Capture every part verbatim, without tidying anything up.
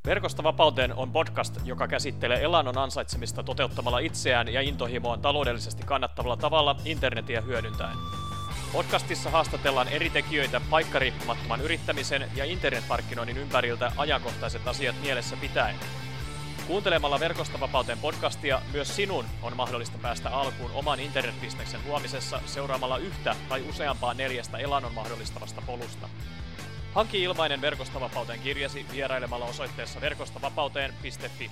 Verkosta vapauteen on podcast, joka käsittelee elannon ansaitsemista toteuttamalla itseään ja intohimoaan taloudellisesti kannattavalla tavalla internetiä hyödyntäen. Podcastissa haastatellaan eri tekijöitä paikkariippumattoman yrittämisen ja internetmarkkinoinnin ympäriltä ajankohtaiset asiat mielessä pitäen. Kuuntelemalla Verkosta vapauteen podcastia myös sinun on mahdollista päästä alkuun oman internetbisneksen luomisessa seuraamalla yhtä tai useampaa neljästä elannon mahdollistavasta polusta. Hanki ilmainen Verkosta vapauteen kirjasi vierailemalla osoitteessa verkostavapauteen piste fi.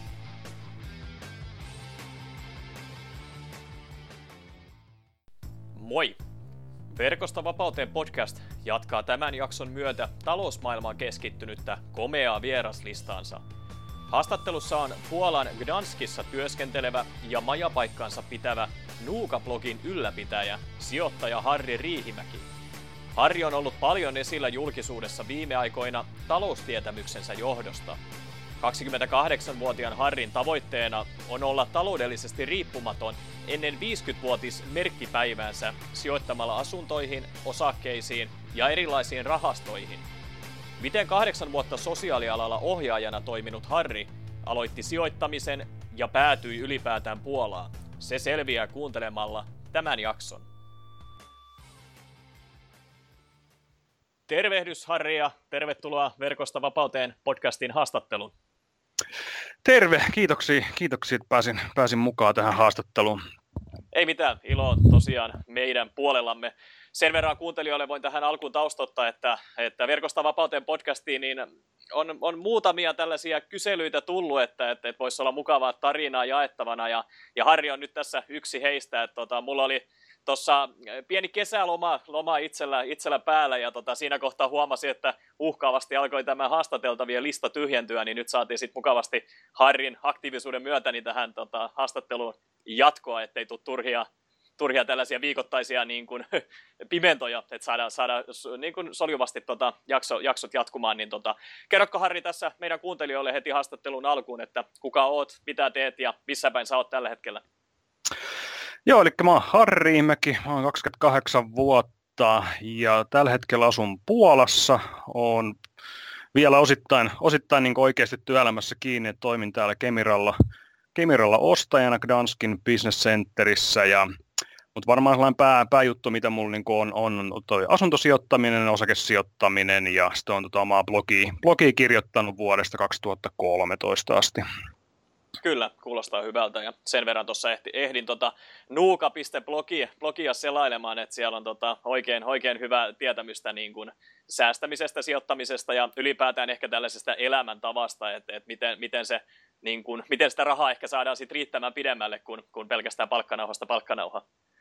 Moi! Verkosta vapauteen podcast jatkaa tämän jakson myötä talousmaailmaan keskittynyttä komeaa vieraslistaansa. Haastattelussa on Puolan Gdanskissa työskentelevä ja majapaikkaansa pitävä Nuuka-blogin ylläpitäjä, sijoittaja Harri Riihimäki. Harri on ollut paljon esillä julkisuudessa viime aikoina taloustietämyksensä johdosta. kaksikymmentäkahdeksanvuotiaan Harrin tavoitteena on olla taloudellisesti riippumaton ennen viisikymmenvuotis merkkipäiväänsä sijoittamalla asuntoihin, osakkeisiin ja erilaisiin rahastoihin. Miten kahdeksan vuotta sosiaalialalla ohjaajana toiminut Harri aloitti sijoittamisen ja päätyi ylipäätään Puolaan? Se selviää kuuntelemalla tämän jakson. Tervehdys Harri ja tervetuloa Verkosta vapauteen podcastin haastatteluun. Terve, kiitoksia, kiitoksia että pääsin, pääsin mukaan tähän haastatteluun. Ei mitään, ilo on tosiaan meidän puolellamme. Sen verran kuuntelijoille voin tähän alkuun taustottaa, että, että Verkosta vapauteen podcastiin niin on, on muutamia tällaisia kyselyitä tullut, että, että, että voisi olla mukavaa tarinaa jaettavana, ja, ja Harri on nyt tässä yksi heistä. Että, tota, mulla oli tuossa pieni kesäloma loma itsellä, itsellä päällä, ja tota, siinä kohtaa huomasin, että uhkaavasti alkoi tämä haastateltavien lista tyhjentyä, niin nyt saatiin sitten mukavasti Harrin aktiivisuuden myötä niin tähän tota, haastatteluun jatkoa, ettei tule turhia, turhia tällaisia viikoittaisia niin kuin, pimentoja, että saadaan, saadaan niin kuin soljuvasti tota, jakso, jaksot jatkumaan. Niin, tota, kerrotko Harri tässä meidän kuuntelijoille heti haastattelun alkuun, että kuka oot, mitä teet ja missä päin sä oot tällä hetkellä? Joo, eli mä oon Harri Riihimäki, mä oon kaksikymmentäkahdeksan vuotta ja tällä hetkellä asun Puolassa. Oon vielä osittain, osittain niin oikeasti työelämässä kiinni, että toimin täällä Kemiralla, Kemiralla ostajana Gdanskin Business Centerissä. Ja, mutta varmaan sellainen pää, pääjuttu, mitä mulla niin on, on toi asuntosijoittaminen, osakesijoittaminen ja sitten on tota omaa blogia, blogia kirjoittanut vuodesta kaksituhattakolmetoista asti. Kyllä, kuulostaa hyvältä, ja sen verran tuossa ehdin tota nuuka piste blogia selailemaan, että siellä on tota oikein, oikein hyvää tietämystä niin kuin säästämisestä, sijoittamisesta ja ylipäätään ehkä tällaisesta elämäntavasta, että, että miten, miten, se, niin kuin, miten sitä rahaa ehkä saadaan sit riittämään pidemmälle kuin, kuin pelkästään palkkanauhasta palkkanauhaa.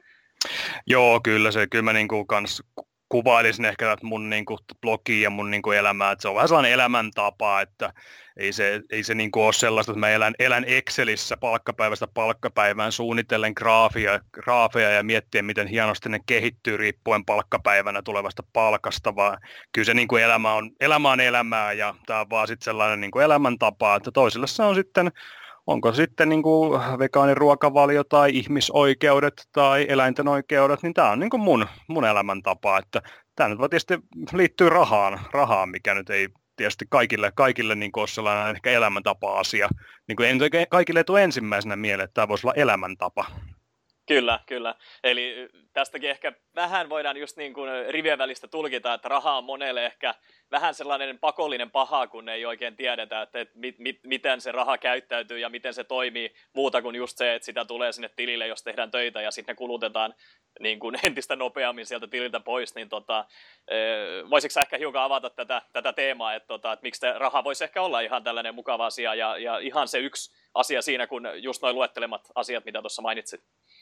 Joo, kyllä se, kyllä mä niin kuin kans kuvailisin ehkä että mun niin kuin blogia ja mun niin kuin elämää, että se on vähän sellainen elämäntapa, että ei se, ei se niin kuin ole sellaista, että mä elän, elän Excelissä palkkapäivästä palkkapäivään suunnitellen graafia, graafeja ja miettien, miten hienosti ne kehittyy riippuen palkkapäivänä tulevasta palkasta, vaan kyllä se niin kuin elämä, on, elämä on elämää ja tämä on vaan sitten sellainen niin kuin elämäntapa, että toisille se on sitten onko se sitten niin kuin vegaaniruokavalio tai ihmisoikeudet tai eläinten oikeudet, niin tämä on niin kuin mun, mun elämäntapa. Että tämä nyt tietysti liittyy rahaan, rahaan, mikä nyt ei tietysti kaikille, kaikille niin kuin ole sellainen ehkä elämäntapa-asia. Niin kuin kaikille ei tule ensimmäisenä mieleen, että tämä voisi olla elämäntapa. Kyllä, kyllä. Eli tästäkin ehkä vähän voidaan just niin kuin rivien välistä tulkita, että raha on monelle ehkä vähän sellainen pakollinen paha, kun ei oikein tiedetä, että mit, mit, miten se raha käyttäytyy ja miten se toimii muuta kuin just se, että sitä tulee sinne tilille, jos tehdään töitä ja sitten ne kulutetaan niin kuin entistä nopeammin sieltä tililtä pois. Niin tota, voisitko sä ehkä hiukan avata tätä, tätä teemaa, että, tota, että miksi raha voisi ehkä olla ihan tällainen mukava asia ja, ja ihan se yksi asia siinä, kun just noin luettelemat asiat, mitä tuossa mainitsit.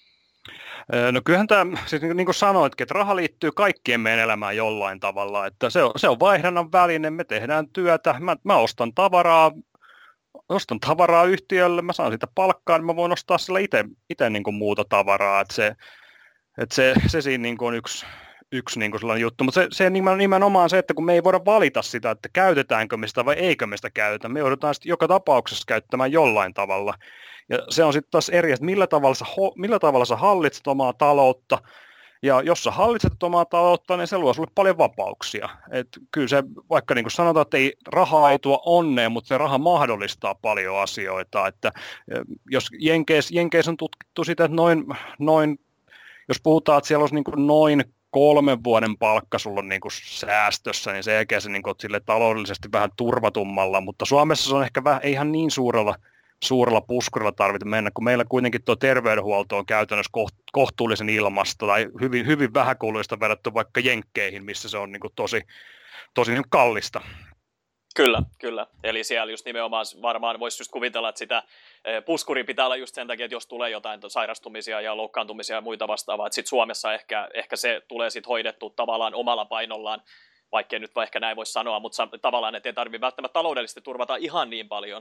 No kyllähän tämä, siis niin kuin sanoitkin, että raha liittyy kaikkien meidän elämään jollain tavalla, että se on, se on vaihdannan väline, me tehdään työtä, mä, mä ostan tavaraa, ostan tavaraa yhtiölle, mä saan siitä palkkaa, niin mä voin ostaa sillä itse, itse niin kuin muuta tavaraa, että se, että se, se siinä niin kuin on yksi, yksi niin kuin sellainen juttu, mutta se, se nimenomaan se, että kun me ei voida valita sitä, että käytetäänkö me sitä vai eikö me sitä käytetä, me joudutaan sitten joka tapauksessa käyttämään jollain tavalla. Ja se on sitten taas eri, että millä tavalla, sä, millä tavalla sä hallitset omaa taloutta Ja jos sä hallitset omaa taloutta, niin se luo sulle paljon vapauksia. Et kyllä se, vaikka niin kuin sanotaan, että ei, rahaa ei tuo onnea, mutta se raha mahdollistaa paljon asioita. Että jos Jenkeis, Jenkeis on tutkittu sitä, että noin, noin, jos puhutaan, että siellä olisi niin kuin noin kolmen vuoden palkka sulla on niin kuin säästössä, niin sen jälkeen se niin kuin sille taloudellisesti vähän turvatummalla, mutta Suomessa se on ehkä vähän, ei ihan niin suurella suurella puskurilla tarvita mennä, kun meillä kuitenkin tuo terveydenhuolto on käytännössä kohtuullisen ilmasta tai hyvin, hyvin vähäkuluista verrattuna vaikka Jenkkeihin, missä se on niin kuin tosi, tosi niin kuin kallista. Kyllä, kyllä. Eli siellä just nimenomaan varmaan voisi just kuvitella, että sitä puskuri pitää olla just sen takia, että jos tulee jotain sairastumisia ja loukkaantumisia ja muita vastaavaa, että sitten Suomessa ehkä, ehkä se tulee sitten hoidettua tavallaan omalla painollaan, vaikkei nyt ehkä näin voisi sanoa, mutta tavallaan, että ei tarvitse välttämättä taloudellisesti turvata ihan niin paljon.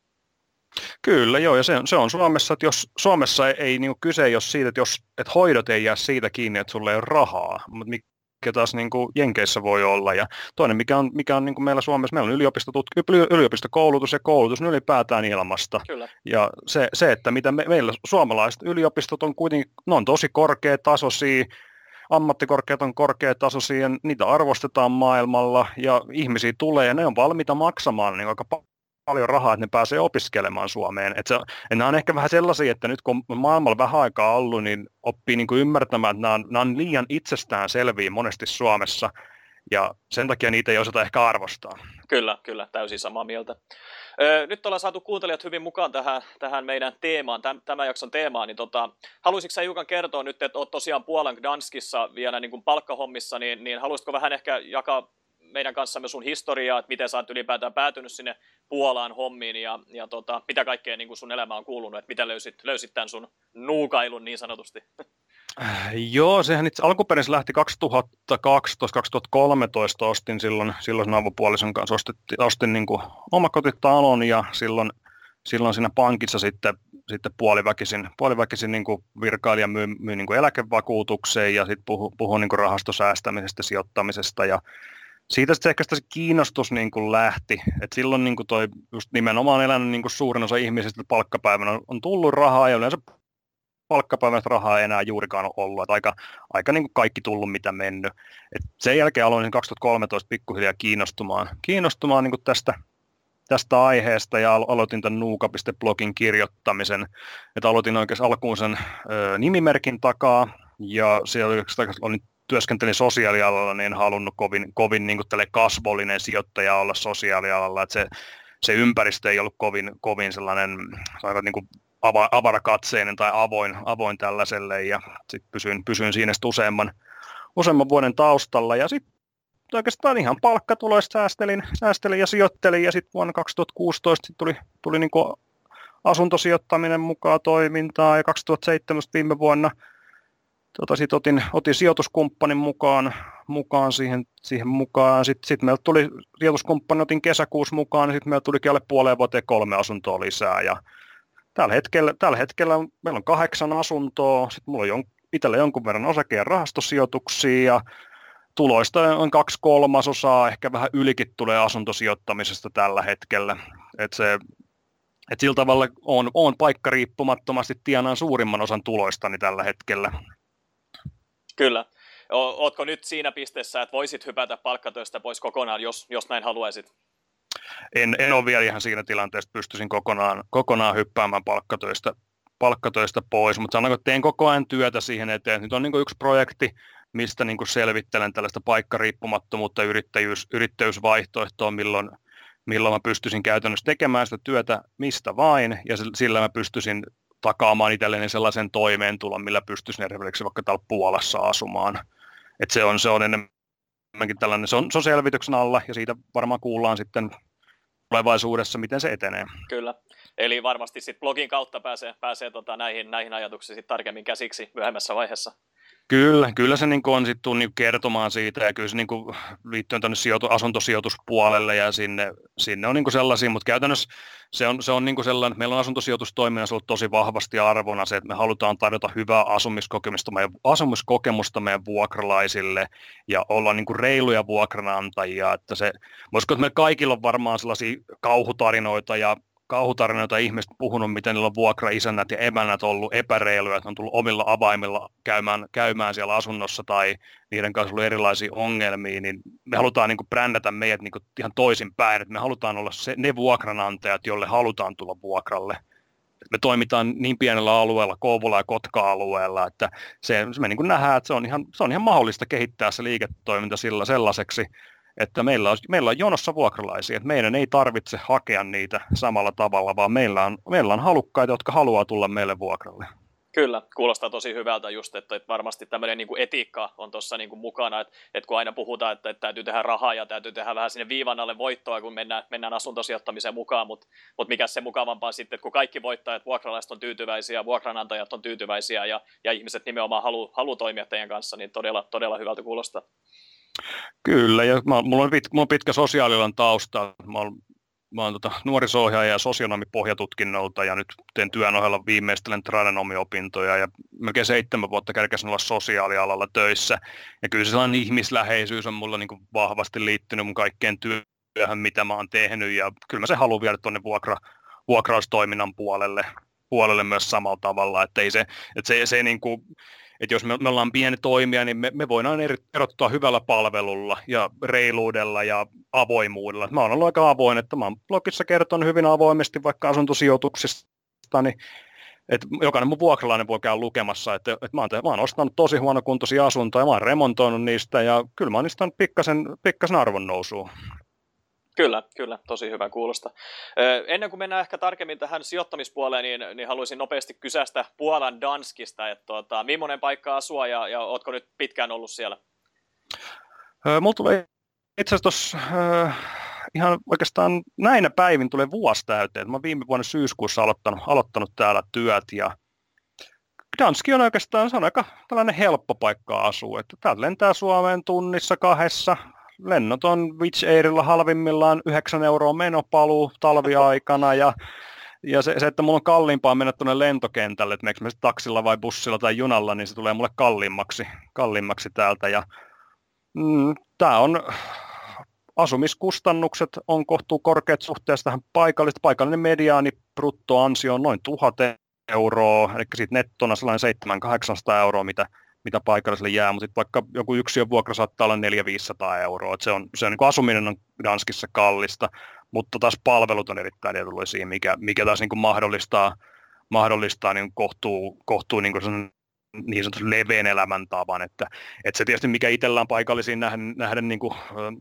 Kyllä, joo, ja se on, se on Suomessa, että jos Suomessa ei, ei niin kyse ei ole siitä, että, jos, että hoidot ei jää siitä kiinni, että sulla ei ole rahaa, mutta mikä taas niin kuin Jenkeissä voi olla, ja toinen, mikä on, mikä on niin kuin meillä Suomessa, meillä on yliopistotutki, yliopistokoulutus ja koulutus, ne ylipäätään ilmasta, Kyllä. Ja se, se, että mitä me, meillä suomalaiset yliopistot on kuitenkin, ne on tosi korkeatasoisia, ammattikorkeat on korkeatasoisia, ja niitä arvostetaan maailmalla, ja ihmisiä tulee, ja ne on valmiita maksamaan niin aika paljon. paljon rahaa, että ne pääsee opiskelemaan Suomeen. Et se, et nämä on ehkä vähän sellaisia, että nyt kun maailmalla vähän aikaa ollut, niin oppii niin kuin ymmärtämään, että nämä on, nämä on liian itsestään selviä monesti Suomessa, ja sen takia niitä ei osata ehkä arvostaa. Kyllä, kyllä, täysin samaa mieltä. Öö, nyt ollaan saatu kuuntelijat hyvin mukaan tähän, tähän meidän teemaan, tämän, tämän jakson teemaan, niin tota, haluaisitko sä hiukan kertoa nyt, että olet tosiaan Puolan Gdanskissa vielä niin kuin palkkahommissa, niin, niin haluaisitko vähän ehkä jakaa meidän kanssamme sun historiaa, että miten sä oot ylipäätään päätynyt sinne Puolaan hommiin ja, ja tota, mitä kaikkea niin kuin sun elämä on kuulunut, että mitä löysit, löysit tämän sun nuukailun niin sanotusti? Joo, sehän itse alkuperin lähti kaksituhattakaksitoista kaksituhattakolmetoista, ostin silloin, silloin avopuolison kanssa, ostin, ostin niin kuin omakotitalon ja silloin, silloin siinä pankissa sitten, sitten puoliväkisin, puoliväkisin niin kuin virkailija myi, myi niin kuin eläkevakuutukseen ja sitten puhui puhu niin kuin rahastosäästämisestä, sijoittamisesta ja siitä sitten ehkä se kiinnostus niin kuin lähti, että silloin niin kuin toi just nimenomaan elänyt niin kuin suurin osa ihmisistä palkkapäivänä on, on tullut rahaa ja yleensä palkkapäivänä rahaa ei enää juurikaan ole ollut, että aika, aika niin kuin kaikki tullut mitä mennyt. Et sen jälkeen aloin kaksituhattakolmetoista pikkuhiljaa kiinnostumaan, kiinnostumaan niin kuin tästä, tästä aiheesta ja aloitin tämän nuuka piste blogin kirjoittamisen, että aloitin oikeastaan alkuun sen ö, nimimerkin takaa ja siellä oli työskentelin sosiaalialalla, niin en halunnut kovin, kovin niin kuin kasvollinen sijoittaja olla sosiaalialalla, että se, se ympäristö ei ollut kovin, kovin sellainen niin kuin ava, avarakatseinen tai avoin, avoin tällaiselle, ja sitten pysyin, pysyin siinä useamman, useamman vuoden taustalla, ja sitten oikeastaan ihan palkkatuloista säästelin, säästelin ja sijoittelin, ja sitten vuonna kaksituhattakuusitoista tuli, tuli niin kuin asuntosijoittaminen mukaan toimintaan, ja kaksituhattaseitsemäntoista viime vuonna Tota, sitten otin, otin sijoituskumppanin mukaan, mukaan siihen, siihen mukaan. Sitten sit meiltä tuli sijoituskumppani, otin kesäkuussa mukaan, ja sitten meiltä tulikin alle puoleen vuoteen kolme asuntoa lisää. Ja tällä, hetkellä, tällä hetkellä meillä on kahdeksan asuntoa, sitten mulla on jon, itsellä jonkun verran osake- ja rahastosijoituksia, ja tuloista on kaksi kolmasosaa, ehkä vähän ylikin tulee asuntosijoittamisesta tällä hetkellä. Et se, et sillä tavalla on, on paikka riippumattomasti tienaan suurimman osan tuloistani tällä hetkellä. Kyllä. Ootko nyt siinä pisteessä, että voisit hypätä palkkatöistä pois kokonaan, jos, jos näin haluaisit? En, en ole vielä ihan siinä tilanteessa, että pystyisin kokonaan, kokonaan hyppäämään palkkatöistä, palkkatöistä pois, mutta sanon, että teen koko ajan työtä siihen eteen. Nyt on niin kuin yksi projekti, mistä niin kuin selvittelen tällaista paikkariippumattomuutta, yrittäjyys, yrittäjyysvaihtoehtoa, milloin, milloin mä pystyisin käytännössä tekemään sitä työtä mistä vain, ja sillä mä pystyisin takaamaan itselleni sellaisen toimeentulon, millä pystyisin esimerkiksi vaikka täällä Puolassa asumaan. Et se on, se on enemmänkin tällainen, se on, se on selvityksen alla, ja siitä varmaan kuullaan sitten tulevaisuudessa, miten se etenee. Kyllä. Eli varmasti sitten blogin kautta pääsee, pääsee tota näihin, näihin ajatuksiin sit tarkemmin käsiksi myöhemmässä vaiheessa. Kyllä, kyllä se niin on sitten niin kertomaan siitä, ja kyllä se niin liittyen tänne sijoitu, asuntosijoituspuolelle, ja sinne, sinne on niin sellaisia, mutta käytännössä se on, se on niin sellainen, että meillä on asuntosijoitustoiminnassa ollut tosi vahvasti arvona se, että me halutaan tarjota hyvää asumiskokemusta meidän, asumiskokemusta meidän vuokralaisille, ja olla niin reiluja vuokranantajia, että se, voisiko, että meillä kaikilla on varmaan sellaisia kauhutarinoita, ja kauhutarinoita ihmiset puhunut, miten niillä on vuokraisännät ja emännät ollut epäreiluja, että on tullut omilla avaimilla käymään, käymään siellä asunnossa tai niiden kanssa ollut erilaisia ongelmia, niin me halutaan niin kuin brändätä meidät niin kuin ihan toisinpäin, että me halutaan olla se, ne vuokranantajat, jolle halutaan tulla vuokralle. Me toimitaan niin pienellä alueella, Kouvola- ja Kotka-alueella, että se, me niin kuin nähdään, että se on, ihan, se on ihan mahdollista kehittää se liiketoiminta sillä sellaiseksi, että meillä on, meillä on jonossa vuokralaisia, että meidän ei tarvitse hakea niitä samalla tavalla, vaan meillä on, meillä on halukkaita, jotka haluaa tulla meille vuokralle. Kyllä, kuulostaa tosi hyvältä just, että, että varmasti tämmöinen niin kuin etiikka on tuossa niin kuin mukana, että, että kun aina puhutaan, että, että täytyy tehdä rahaa ja täytyy tehdä vähän sinne viivan alle voittoa, kun mennään, mennään asuntosijoittamiseen mukaan, mutta, mutta mikä se mukavampaa sitten, että kun kaikki voittaa, että vuokralaiset on tyytyväisiä, vuokranantajat on tyytyväisiä ja, ja ihmiset nimenomaan halu, halu toimia teidän kanssa, niin todella, todella hyvältä kuulostaa. Kyllä, ja mä, mulla, on pit, mulla on pitkä sosiaalialan tausta. Mä oon, mä oon tota, nuoriso-ohjaaja ja sosionomipohjatutkinnolta, ja nyt teen työn ohella viimeistelen tradenomiopintoja, ja melkein seitsemän vuotta kerkesin olla sosiaalialalla töissä. Ja kyllä se sellainen ihmisläheisyys on mulla niin kuin vahvasti liittynyt mun kaikkeen työhön, mitä mä oon tehnyt, ja kyllä mä se haluan viedä tuonne vuokra, vuokraustoiminnan puolelle, puolelle myös samalla tavalla, että ei se, että se, se niin kuin, että jos me, me ollaan pieni toimija, niin me, me voidaan erottaa hyvällä palvelulla ja reiluudella ja avoimuudella. Mä oon ollut aika avoin, että mä oon blogissa kertonut hyvin avoimesti vaikka asuntosijoituksista, niin että jokainen mun vuokralainen voi käydä lukemassa, että, että mä, oon, mä oon ostanut tosi huonokuntoisia asuntoja, mä oon remontoinut niistä ja kyllä mä oon niistä pikkasen, pikkasen arvon nousua. Kyllä, kyllä, tosi hyvä kuulosta. Ö, ennen kuin mennään ehkä tarkemmin tähän sijoittamispuoleen, niin, niin haluaisin nopeasti kysästä Puolan Danskista, että tuota, millainen paikka asua ja, ja ootko nyt pitkään ollut siellä? Ö, mulla tulee itse asiassa tuossa ihan oikeastaan näinä päivin tulee vuosi täyteen. Mä oon viime vuonna syyskuussa aloittanut, aloittanut täällä työt ja Danski on oikeastaan, se on aika tällainen helppo paikka asua, että täältä lentää Suomeen tunnissa kahdessa. Lennot on Wizz Airilla halvimmillaan yhdeksän euroa menopaluu talviaikana ja, ja se, se, että mulla on kalliimpaa mennä tuonne lentokentälle, että meneekö me taksilla vai bussilla tai junalla, niin se tulee mulle kalliimmaksi, kalliimmaksi täältä. Ja, mm, tää on, asumiskustannukset on kohtuu korkeat suhteessa tähän paikallista. Paikallinen mediaani bruttoansio on noin tuhat euroa, eli siitä nettona sellainen seitsemän kahdeksansataa euroa, mitä mitä paikalliselle jää, mutta vaikka joku yksiön vuokra saattaa olla neljä viisisataa euroa, että se on, se on niin kuin asuminen on Danskissa kallista, mutta taas palvelut on erittäin edullisia, mikä, mikä taas niin kuin mahdollistaa, mahdollistaa niin kohtuu, kohtuu niin kuin sen niin sanotusti leveän elämäntavan, että, että se tietysti mikä itsellä on paikallisiin nähden, nähden niin kuin,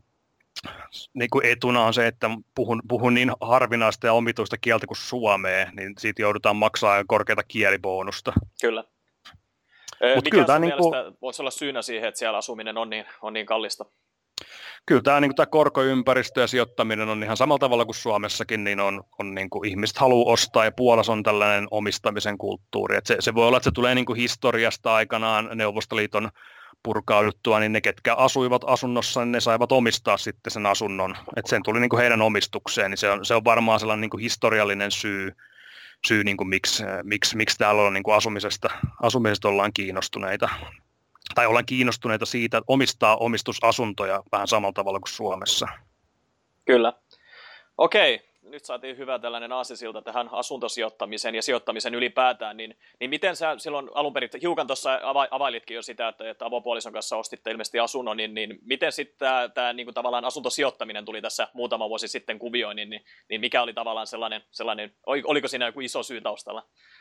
niin kuin etuna on se, että puhun, puhun niin harvinaista ja omituista kieltä kuin suomea, niin siitä joudutaan maksaa korkeata kielibonusta. Kyllä. Mut mikä sun mielestä niinku voisi olla syynä siihen, että siellä asuminen on niin, on niin kallista? Kyllä tämä, niin tämä korkoympäristö ja sijoittaminen on ihan samalla tavalla kuin Suomessakin, niin on, on niin kuin ihmiset haluaa ostaa ja Puolassa on tällainen omistamisen kulttuuri. Että se, se voi olla, että se tulee niin kuin historiasta aikanaan Neuvostoliiton purkauduttua, niin ne ketkä asuivat asunnossa, niin ne saivat omistaa sitten sen asunnon. Että sen tuli niin kuin heidän omistukseen, niin se on, se on varmaan sellainen niin kuin historiallinen syy. syy, niin kuin miksi, miksi, miksi täällä on, niin kuin asumisesta, asumisesta ollaan kiinnostuneita. Tai ollaan kiinnostuneita siitä, että omistaa omistusasuntoja vähän samalla tavalla kuin Suomessa. Kyllä. Okei, nyt saatiin hyvä tällainen aasinsilta tähän asuntosijoittamiseen ja sijoittamisen ylipäätään, niin, niin miten sä silloin alun perin, hiukan tuossa ava, availitkin jo sitä, että, että avopuolison kanssa ostitte ilmeisesti asunnon, niin, niin miten sitten tämä, tämä niin kuin tavallaan asuntosijoittaminen tuli tässä muutama vuosi sitten kuvioon, niin, niin, niin mikä oli tavallaan sellainen, sellainen, oliko siinä joku iso syy taustalla?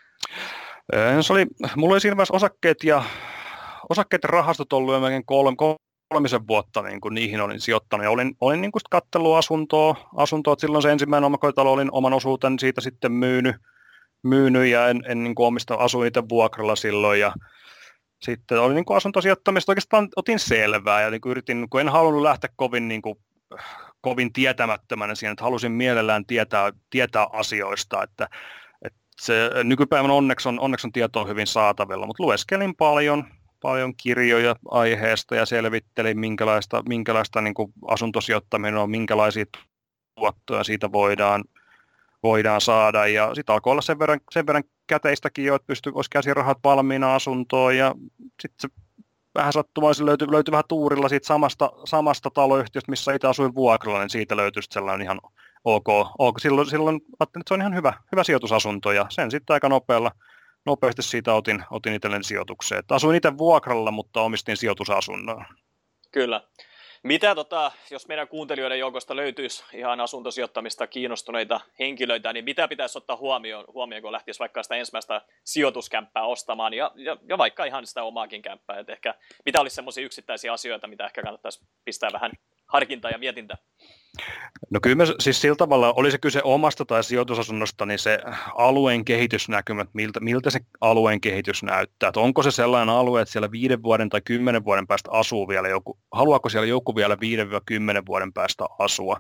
Se oli, mulla oli siinä vaiheessa osakkeet ja osakkeet ja rahastot ollut jo melkein kolme, kolmisen vuotta niin kuin niihin olin sijoittanut ja olin, olin niin kuin katsellut asuntoa, asuntoa, silloin se ensimmäinen omakotitalo olin oman osuuden siitä sitten myynyt, myynyt ja en, en niin kuin omista, asuin itse vuokralla silloin ja sitten oli niin kuin asuntosijoittamista oikeastaan otin selvää ja niin kuin yritin, kun en halunnut lähteä kovin, niin kuin, kovin tietämättömänä siihen, että halusin mielellään tietää, tietää asioista, että, että se nykypäivän onneksi on, onneksi on tietoa hyvin saatavilla, mutta lueskelin paljon, paljon kirjoja aiheesta ja selvittelin, minkälaista, minkälaista niin kuin asuntosijoittaminen on, minkälaisia tuottoja siitä voidaan, voidaan saada. Ja sitten alkoi olla sen verran, sen verran käteistäkin jo, että pystyi, olisi käsin rahat valmiina asuntoon. Ja sitten se vähän sattumaisesti löytyi, löytyi vähän tuurilla siitä samasta, samasta taloyhtiöstä, missä itse asuin vuokralla, niin siitä löytyi sellainen ihan ok, ok. Silloin, silloin ajattelin, että se on ihan hyvä, hyvä sijoitusasunto ja sen sitten aika nopealla, nopeasti siitä otin, otin itselleni sijoitukseen. Että asuin itse vuokralla, mutta omistin sijoitusasunnon. Kyllä. Mitä, tota, jos meidän kuuntelijoiden joukosta löytyisi ihan asuntosijoittamista kiinnostuneita henkilöitä, niin mitä pitäisi ottaa huomioon, huomioon kun lähtisi vaikka sitä ensimmäistä sijoituskämppää ostamaan ja, ja, ja vaikka ihan sitä omaakin kämppää? Et ehkä, mitä olisi sellaisia yksittäisiä asioita, mitä ehkä kannattaisi pistää vähän harkintaa ja mietintää? No kyllä me, siis sillä tavalla, oli se kyse omasta tai sijoitusasunnosta, niin se alueen kehitysnäkymät, miltä, miltä se alueen kehitys näyttää. Että onko se sellainen alue, että siellä viiden vuoden tai kymmenen vuoden päästä asuu vielä joku, haluaako siellä joku vielä viiden kymmenen vuoden päästä asua.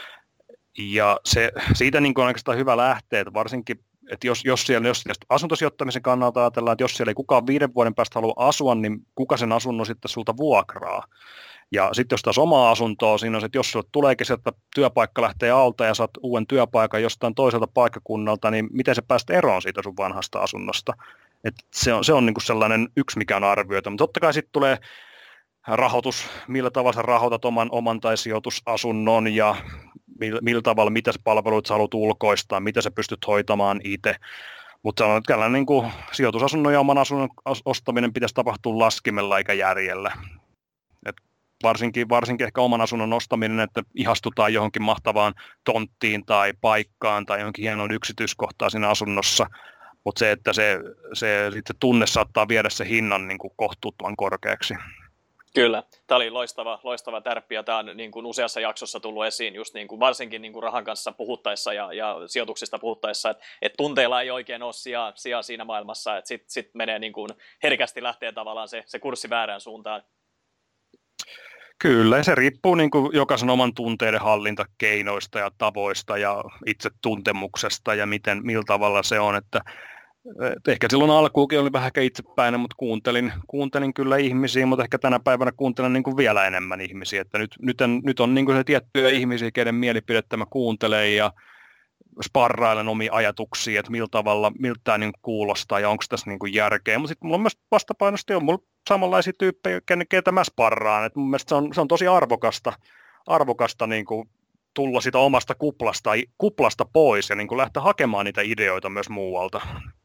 Ja se, siitä niin on oikeastaan hyvä lähteä, että varsinkin, että jos, jos siellä jos asuntosijoittamisen kannalta ajatellaan, että jos siellä ei kukaan viiden vuoden päästä halua asua, niin kuka sen asunnon sitten sulta vuokraa. Ja sitten jos taas omaa asuntoa, siinä on se, että jos sulle tuleekin sieltä työpaikka lähtee alta ja saat uuden työpaikan jostain toiselta paikkakunnalta, niin miten sä pääst eroon siitä sun vanhasta asunnosta? Et se on, se on niinku sellainen yksi, mikä on arvioita, mutta totta kai sitten tulee rahoitus, millä tavalla sä rahoitat oman, oman tai sijoitusasunnon ja millä, millä tavalla, mitä sä palveluita sä haluat ulkoistaa, mitä sä pystyt hoitamaan itse. Mutta sanon, että tällainen niin kuin sijoitusasunnon ja oman asunnon ostaminen pitäisi tapahtua laskimella eikä järjellä. Et varsinkin, varsinkin ehkä oman asunnon ostaminen, että ihastutaan johonkin mahtavaan tonttiin tai paikkaan tai johonkin hienoon yksityiskohtaan siinä asunnossa. Mutta se, että se, se, se tunne saattaa viedä se hinnan niin kuin kohtuuttoman korkeaksi. Kyllä, tämä oli loistava, loistava tärppi ja tämä on niin kuin useassa jaksossa tullut esiin just niin kuin, varsinkin niin kuin rahan kanssa puhuttaessa ja, ja sijoituksista puhuttaessa, että et tunteilla ei oikein ole sijaa, sijaa siinä maailmassa, että sitten sit menee niin kuin herkästi lähtee tavallaan se, se kurssi väärään suuntaan. Kyllä, ja se riippuu niin kuin jokaisen oman tunteiden hallintakeinoista ja tavoista ja itsetuntemuksesta ja miten, millä tavalla se on, että Et ehkä silloin alkuukin oli vähän itsepäinen, mutta kuuntelin, kuuntelin kyllä ihmisiä, mutta ehkä tänä päivänä kuuntelen niin kuin vielä enemmän ihmisiä. Että nyt, nyt, on, nyt on niin kuin se tiettyjä ihmisiä, keiden mielipidettä mä kuuntelen ja sparrailen omia ajatuksia, että millä tavalla, miltä tämä niin kuulostaa ja onko tässä niin kuin järkeä. Mutta sitten mulla on myös vastapainoisesti on mulla samanlaisia tyyppejä, keitä mä sparraan. Et mun mielestä se on, se on tosi arvokasta, arvokasta niin kuin tulla sitä omasta kuplasta, kuplasta pois ja niin kuin lähteä hakemaan niitä ideoita myös muualta.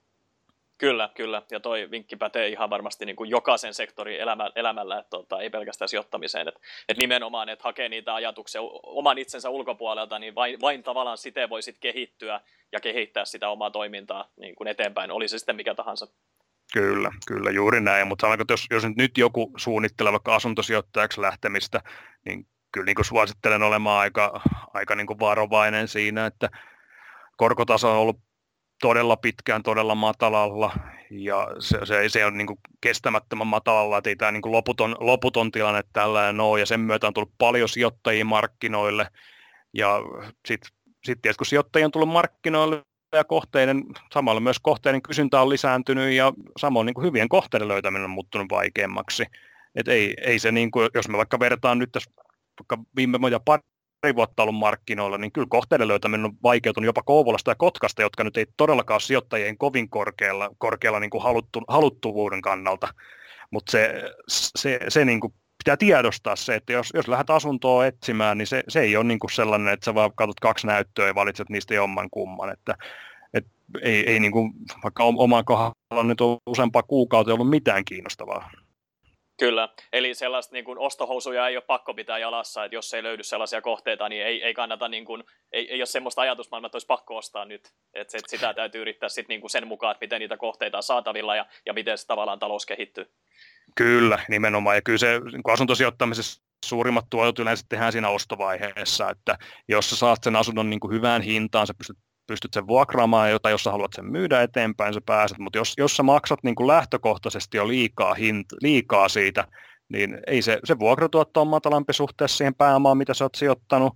Kyllä, kyllä. Ja toi vinkki pätee ihan varmasti niin kuin jokaisen sektorin elämä, elämällä, että tota, ei pelkästään sijoittamiseen. Että et nimenomaan, että hakee niitä ajatuksia oman itsensä ulkopuolelta, niin vain, vain tavallaan siten voisit kehittyä ja kehittää sitä omaa toimintaa niin kuin eteenpäin, oli se sitten mikä tahansa. Kyllä, kyllä, juuri näin. Mutta sanotaan, että jos, jos nyt joku suunnittelee vaikka asuntosijoittajaksi lähtemistä, niin kyllä niin kuin suosittelen olemaan aika, aika niin kuin varovainen siinä, että korkotaso on ollut todella pitkään, todella matalalla, ja se, se, se on niin kuin kestämättömän matalalla, että ei tämä niin kuin loputon, loputon tilanne tällainen ole, ja sen myötä on tullut paljon sijoittajia markkinoille, ja sitten sit tietysti kun sijoittajia on tullut markkinoille, ja kohteiden, samalla myös kohteiden kysyntä on lisääntynyt, ja samoin niin kuin hyvien kohteiden löytäminen on muuttunut vaikeammaksi. Et ei, ei se, niin kuin, jos me vaikka vertaan nyt tässä vaikka viime ja pari vuotta ollut markkinoilla, niin kyllä kohteiden löytäminen on vaikeutunut jopa Kouvolasta ja Kotkasta, jotka nyt ei todellakaan ole sijoittajien kovin korkealla, korkealla niin kuin haluttu, haluttuvuuden kannalta. Mutta se, se, se niin kuin pitää tiedostaa se, että jos, jos lähdet asuntoa etsimään, niin se, se ei ole niin kuin sellainen, että sä vaan katsot kaksi näyttöä ja valitset niistä jomman kumman. Että, et ei, ei niin kuin, vaikka oman kohdalla nyt on useampaa kuukautta ollut mitään kiinnostavaa. Kyllä, eli sellaista niin kuin ostohousuja ei ole pakko pitää jalassa, että jos ei löydy sellaisia kohteita, niin ei, ei kannata, niin kuin, ei, ei ole semmoista ajatusmaailmaa, että olisi pakko ostaa nyt. Että et sitä täytyy yrittää sit niin kuin sen mukaan, että miten niitä kohteita on saatavilla ja, ja miten se tavallaan talous kehittyy. Kyllä, nimenomaan. Ja kyllä se niin asuntosijoittamisessa suurimmat tuotot yleensä tehdään siinä ostovaiheessa, että jos sä saat sen asunnon niin kuin hyvään hintaan, sä pystyt pystyt sen vuokraamaan, jota jos sä haluat sen myydä eteenpäin, sä pääset, mutta jos, jos sä maksat niin kuin lähtökohtaisesti jo liikaa, hint, liikaa siitä, niin ei se, se vuokratuotto on matalampi suhteessa siihen pääomaan, mitä sä oot sijoittanut,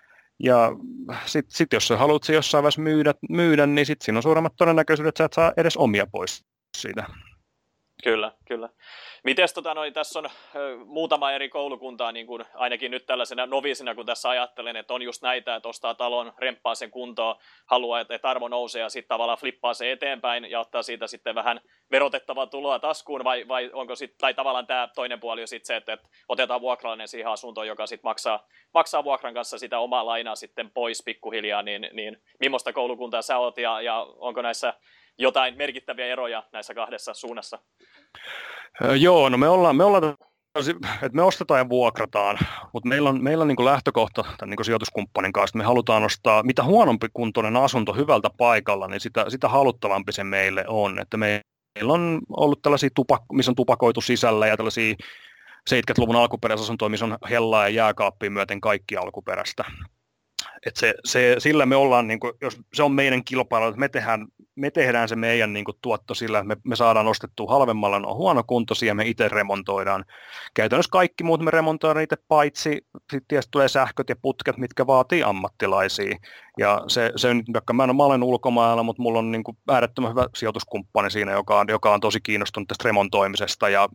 ja sitten sit jos sä haluat se jossain vaiheessa myydä, myydä niin sitten siinä on suuremmat todennäköisyydet, että sä et saa edes omia pois siitä. Kyllä, kyllä. Mites tota, no, tässä on ö, muutama eri koulukuntaa, niin kuin ainakin nyt tällaisena novisina, kun tässä ajattelen, että on just näitä, että ostaa talon, remppaa sen kuntoon, haluaa, että, että arvo nousee ja sitten tavallaan flippaa se eteenpäin ja ottaa siitä sitten vähän verotettavaa tuloa taskuun, vai, vai onko sitten, tai tavallaan tämä toinen puoli on sitten se, että, että otetaan vuokralainen siihen asuntoon, joka sitten maksaa, maksaa vuokran kanssa sitä omaa lainaa sitten pois pikkuhiljaa, niin, niin millaista koulukuntaa sä oot ja, ja onko näissä jotain merkittäviä eroja näissä kahdessa suunnassa? Öö, joo, no me ollaan, me ollaan että me ostetaan ja vuokrataan, mutta meillä on, meillä on niin kuin lähtökohta tämän niin kuin sijoituskumppanin kanssa, että me halutaan ostaa, mitä huonompi kuntoinen asunto hyvältä paikalla, niin sitä, sitä haluttavampi se meille on. Että meillä on ollut tällaisia, tupak- missä on tupakoitu sisällä ja tällaisia seitsemänkymmentäluvun alkuperäisasuntoja, missä on hellaa ja jääkaappia myöten kaikki alkuperäistä. Et se, se, sillä me ollaan, niin kuin, jos se on meidän kilpailu, että me tehdään, me tehdään se meidän niin kuin, tuotto sillä, että me, me saadaan ostettua halvemmalla, ne on huonokuntoisia ja me itse remontoidaan. Käytännössä kaikki muut me remontoidaan itse paitsi, sitten tietysti tulee sähköt ja putket, mitkä vaatii ammattilaisia. Ja se, se nyt, vaikka mä, en, mä olen ulkomailla, mutta mulla on niin kuin, äärettömän hyvä sijoituskumppani siinä, joka on, joka on tosi kiinnostunut tästä remontoimisesta ja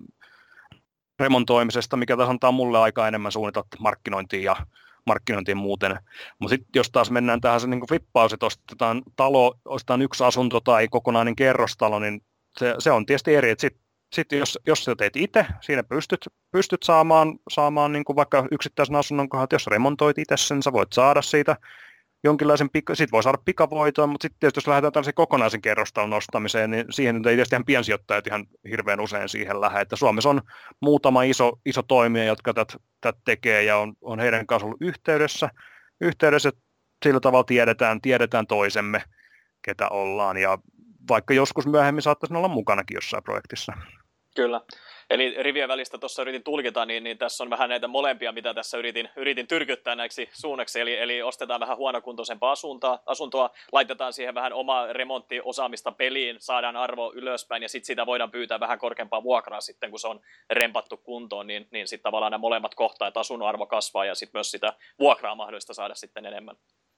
remontoimisesta, mikä taas antaa mulle aika enemmän suunnitella markkinointia ja markkinointiin muuten. Mutta sitten jos taas mennään tähän se niin kuin flippaus, että ostetaan talo, ostetaan yksi asunto tai kokonainen kerrostalo, niin se, se on tietysti eri. Sitten sit jos, jos sä teet itse, siinä pystyt, pystyt saamaan, saamaan niin kuin vaikka yksittäisen asunnon kohdalla, jos remontoit itse sen, sä voit saada siitä jonkinlaisen, pika, sit voi saada pikavoitoa, mutta sitten tietysti jos lähdetään tällaisen kokonaisen kerrostalon nostamiseen, niin siihen ei tietysti ihan piensijoittajat ihan hirveän usein siihen lähde. Että Suomessa on muutama iso, iso toimija, jotka tätä tät tekee ja on, on heidän kanssa ollut yhteydessä, yhteydessä, että sillä tavalla tiedetään, tiedetään toisemme, ketä ollaan ja vaikka joskus myöhemmin saattaisi olla mukanakin jossain projektissa. Kyllä. Eli rivien välistä tuossa yritin tulkita, niin, niin tässä on vähän näitä molempia, mitä tässä yritin, yritin tyrkyttää näiksi suunnaksi. Eli, eli ostetaan vähän huonokuntoisempaa asuntoa, asuntoa, laitetaan siihen vähän omaa remonttiosaamista peliin, saadaan arvo ylöspäin ja sitten sitä voidaan pyytää vähän korkeampaa vuokraa sitten, kun se on rempattu kuntoon, niin, niin sitten tavallaan nämä molemmat kohtaa, että asunnon arvo kasvaa ja sitten myös sitä vuokraa mahdollista saada sitten enemmän.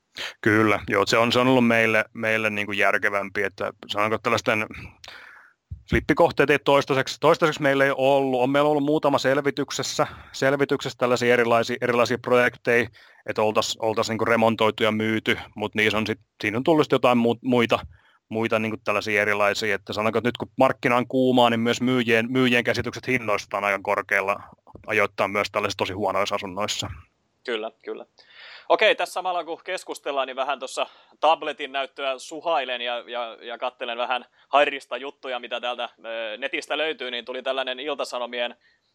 Kyllä, joo, se on, se on ollut meille, meille niin kuin järkevämpi, että sanonko tällaisten flippikohteet ei toistaiseksi, toistaiseksi meillä ei ollut, on meillä ollut muutama selvityksessä, selvityksessä tällaisia erilaisia, erilaisia projekteja, että oltaisiin oltais niin kuin remontoitu ja myyty, mutta niissä on sit, siinä on tullut jotain muita, muita niin kuin tällaisia erilaisia, että sanonko, että nyt kun markkina on kuumaa, niin myös myyjien, myyjien käsitykset hinnoista on aika korkealla ajoittain myös tällaisissa tosi huonoissa asunnoissa. Kyllä, kyllä. Okei, tässä samalla kun keskustellaan, niin vähän tuossa tabletin näyttöä suhailen ja, ja, ja katselen vähän hairista juttuja, mitä täältä netistä löytyy, niin tuli tällainen Ilta-Sanomien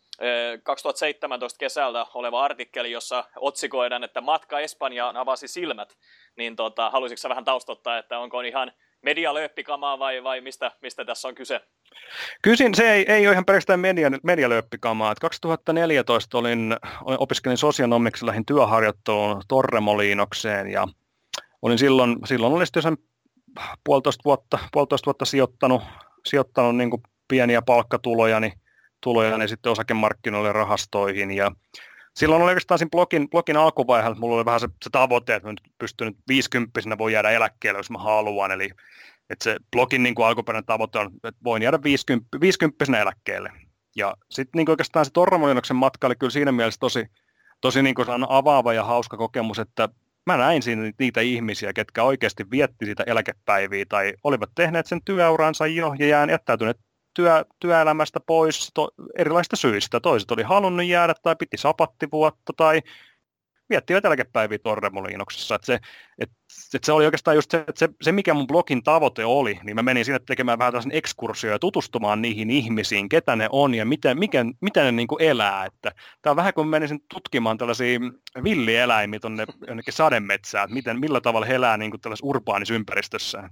kaksituhattaseitsemäntoista kesältä oleva artikkeli, jossa otsikoidaan, että matka Espanjaan avasi silmät. Niin tota, haluaisitko sä vähän taustottaa, että onko ihan medialööppikamaa vai, vai mistä, mistä tässä on kyse? Kysin, se ei, ei ole ihan pelkästään media, medialööppikamaa. kaksituhattaneljätoista olin, olin opiskelin sosionomiksi, lähdin työharjoitteluun Torremolinokseen ja olin silloin, silloin olin sitten sen puolitoista vuotta, puolitoista vuotta sijoittanut, sijoittanut niin kuin pieniä palkkatulojani tulojani sitten osakemarkkinoille rahastoihin ja silloin oli oikeastaan siinä blogin, blogin alkuvaiheella, mulla oli vähän se, se tavoite, että mä nyt pystyn nyt viisikymppisenä voi jäädä eläkkeelle, jos mä haluan, eli että se blogin niin kuin alkuperäinen tavoite on, että voin jäädä viisikymppisenä eläkkeelle. Ja sitten niin oikeastaan se Torremolinoksen matka oli kyllä siinä mielessä tosi, tosi niin kuin avaava ja hauska kokemus, että mä näin siinä niitä ihmisiä, ketkä oikeasti vietti sitä eläkepäiviä tai olivat tehneet sen työuransa jo ja jään jättäytyneet työ, työelämästä pois to, erilaisista syistä. Toiset oli halunnut jäädä tai piti sapattivuotta tai viettivät eläkepäiviä Torremolinoksessa. Että se, et, et se oli oikeastaan just se, että se, se, mikä mun blogin tavoite oli, niin mä menin sinne tekemään vähän tällaisen ekskursio ja tutustumaan niihin ihmisiin, ketä ne on ja miten, miten, miten ne niin kuin elää. Että tämä on vähän kuin menisin tutkimaan tällaisia villieläimiä tuonne jonnekin sademetsään, että miten, millä tavalla he elää niin kuin tällaisessa urbaanissa ympäristössä.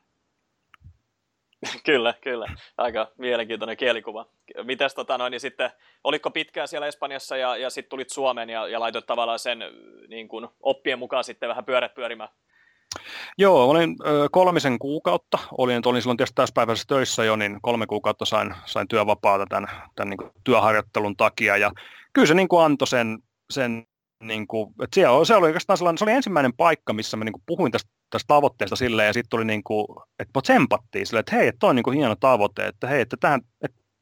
Kyllä, kyllä. Aika mielenkiintoinen kielikuva. Mitäs tota noin, niin sitten, olitko pitkään siellä Espanjassa ja, ja sitten tulit Suomeen ja, ja laitoit tavallaan sen niin kuin oppien mukaan sitten vähän pyörät pyörimään? Joo, olin ö, kolmisen kuukautta. Olin, olin silloin tietysti täyspäiväisessä töissä jo, niin kolme kuukautta sain, sain työvapaata tämän, tämän niin kuin työharjoittelun takia. Ja kyllä se niin kuin antoi sen, sen niin kuin, että se oli, se oli oikeastaan sellainen, se oli ensimmäinen paikka, missä mä niin kuin puhuin tästä tästä tavoitteesta silleen, ja sitten tuli niin kuin, että tsempattiin silleen, että hei, että toi on niin kuin hieno tavoite, että hei, että tähän, että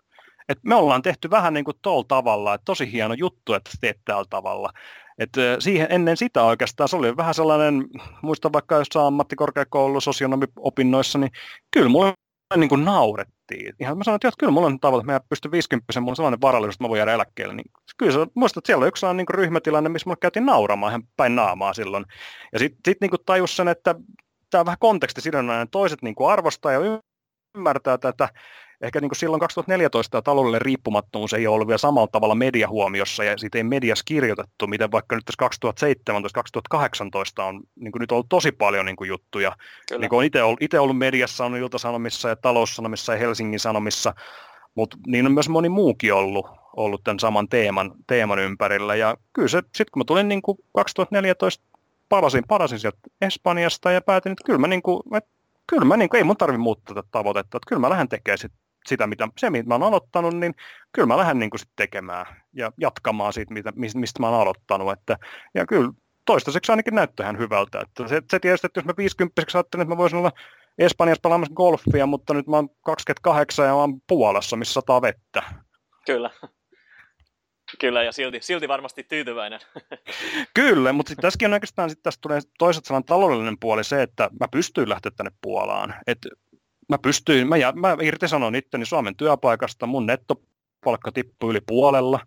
Et me ollaan tehty vähän niin kuin tuolla tavalla, että tosi hieno juttu, että teet tällä tavalla. Et siihen, ennen sitä oikeastaan se oli vähän sellainen, muistan vaikka jossain ammattikorkeakoulu sosionomiopinnoissa, niin kyllä mulle niin kuin naurettiin. Ihan mä sanoin, että, että kyllä mulla on tavoite, että mä pystyn viisikymppisen, mulla on sellainen varallisuus, että mä voin jäädä eläkkeelle. Niin kyllä sä muistat, että siellä on yksi sellainen niin kuin ryhmätilanne, missä mulle käytiin nauramaan ihan päin naamaa silloin. Ja sitten sit, niin kuin tajus sen, että tämä on vähän kontekstisidonnainen, toiset niin kuin arvostaa ja ymmärtää tätä. Ehkä niin kuin silloin kaksituhattaneljätoista taloudellinen riippumattomuus ei ole ollut vielä samalla tavalla mediahuomiossa ja siitä ei mediassa kirjoitettu, miten vaikka nyt tässä kaksituhattaseitsemäntoista kaksituhattakahdeksantoista on niin kuin nyt ollut tosi paljon niin kuin juttuja. Niin kuin on itse ollut, itse ollut mediassa, on Ilta-Sanomissa ja Taloussanomissa ja Helsingin Sanomissa, mutta niin on myös moni muukin ollut, ollut tämän saman teeman, teeman ympärillä. Ja kyllä se, sitten kun mä tulin niin kuin kaksituhattaneljätoista, palasin, palasin sieltä Espanjasta ja päätin, että kyllä mä, niin kuin, että kyllä mä, niin kuin, ei mun tarvitse muuttaa tätä tavoitetta, että kyllä mä lähden tekemään sit sitä, mitä, se mitä mä oon aloittanut, niin kyllä mä lähden niin kuin sit tekemään ja jatkamaan siitä, mitä, mistä mä oon aloittanut. Että, ja kyllä toistaiseksi ainakin näyttää ihan hyvältä. Että se, se tietysti, että jos mä viisikymppiseksi ajattelin, että mä voisin olla Espanjassa pelaamassa golfia, mutta nyt mä oon kaksikymmentäkahdeksan ja mä oon Puolassa, missä sataa vettä. Kyllä. Kyllä, ja silti, silti varmasti tyytyväinen. Kyllä, mutta sitten tässäkin on oikeastaan, sit tästä tulee toisaalta sellainen taloudellinen puoli se, että mä pystyin lähteä tänne Puolaan. Et mä pystyin, mä, mä irtisanoin itteni Suomen työpaikasta, mun nettopalkka tippui yli puolella.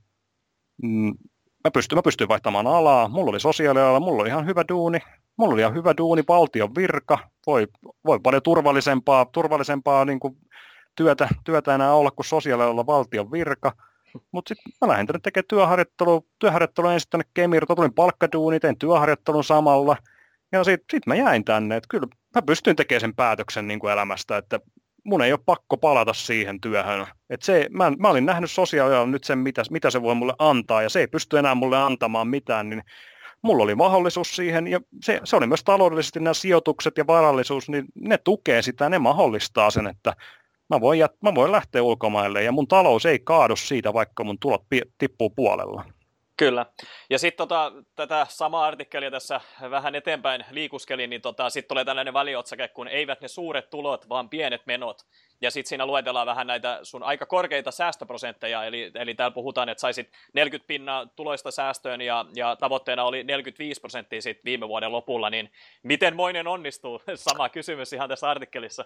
Mä pystyin, mä pystyin vaihtamaan alaa, mulla oli sosiaaliala, mulla oli ihan hyvä duuni. Mulla oli ihan hyvä duuni, valtion virka, voi, voi paljon turvallisempaa, turvallisempaa niin kuin työtä, työtä enää olla kuin sosiaalialalla valtion virka. Mutta sitten mä lähdin tänne tekemään työharjoittelua, työharjoittelua ensin tänne Kemirta, tulin palkkaduuni, tein työharjoittelun samalla. Ja sitten sit mä jäin tänne, että kyllä mä pystyin tekemään sen päätöksen niin kuin elämästä, että mun ei ole pakko palata siihen työhön. Että se, mä, mä olin nähnyt sosiaalialalla nyt sen, mitä, mitä se voi mulle antaa, ja se ei pysty enää mulle antamaan mitään, niin mulla oli mahdollisuus siihen, ja se, se oli myös taloudellisesti nämä sijoitukset ja varallisuus, niin ne tukee sitä, ne mahdollistaa sen, että Mä voin, jat- mä voin lähteä ulkomaille ja mun talous ei kaadu siitä, vaikka mun tulot pi- tippuu puolella. Kyllä. Ja sitten tota, tätä samaa artikkelia tässä vähän eteenpäin liikuskelin, niin tota, sitten tulee tällainen väliotsake, kun eivät ne suuret tulot, vaan pienet menot. Ja sitten siinä luetellaan vähän näitä sun aika korkeita säästöprosentteja, eli, eli täällä puhutaan, että saisit neljäkymmentä pinnaa tuloista säästöön ja, ja tavoitteena oli neljäkymmentäviisi prosenttia sit viime vuoden lopulla, niin miten moinen onnistuu? Sama kysymys ihan tässä artikkelissa.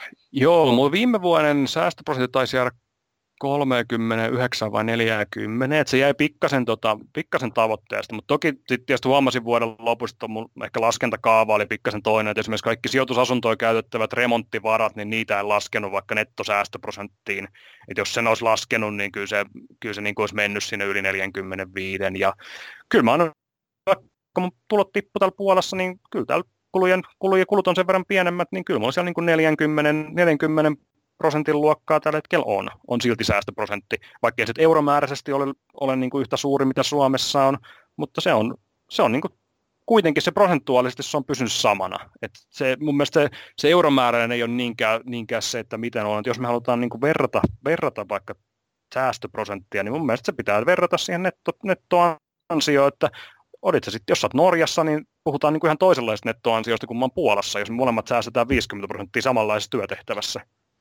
Joo, mulla viime vuoden säästöprosentti taisi jäädä kolmekymmentäyhdeksän vai neljäkymmentä, että se jäi pikkasen, tota, pikkasen tavoitteesta, mutta toki sitten tietysti huomasin vuoden lopusta, että mun ehkä laskentakaava oli pikkasen toinen, että esimerkiksi kaikki sijoitusasuntoja käytettävät remonttivarat, niin niitä ei laskenut vaikka nettosäästöprosenttiin, että jos sen olisi laskenut, niin kyllä se, kyllä se niin kuin olisi mennyt sinne yli neljäkymmentäviisi, ja kyllä mä annan, kun mun tulot tippu täällä Puolassa, niin kyllä täällä kulujen, kulujen kulut on sen verran pienemmät, niin kyllä mulla on siellä niin kuin neljäkymmentä, neljäkymmentä prosentin luokkaa tällä hetkellä on, on silti säästöprosentti, vaikka ei se euromääräisesti ole, ole niin kuin yhtä suuri, mitä Suomessa on, mutta se on, se on niin kuin, kuitenkin se prosentuaalisesti se on pysynyt samana. Et se, mun mielestä se, se euromääräinen ei ole niinkään, niinkään se, että miten on, että jos me halutaan niin kuin verrata, verrata vaikka säästöprosenttia, niin mun mielestä se pitää verrata siihen netto, nettoansioon, että olit se sitten, jos sä oot Norjassa, niin puhutaan niin kuin ihan toisenlaisista nettoansioista kuin mä oon Puolassa, jos me molemmat säästetään viisikymmentä prosenttia samanlaisessa työtehtävässä.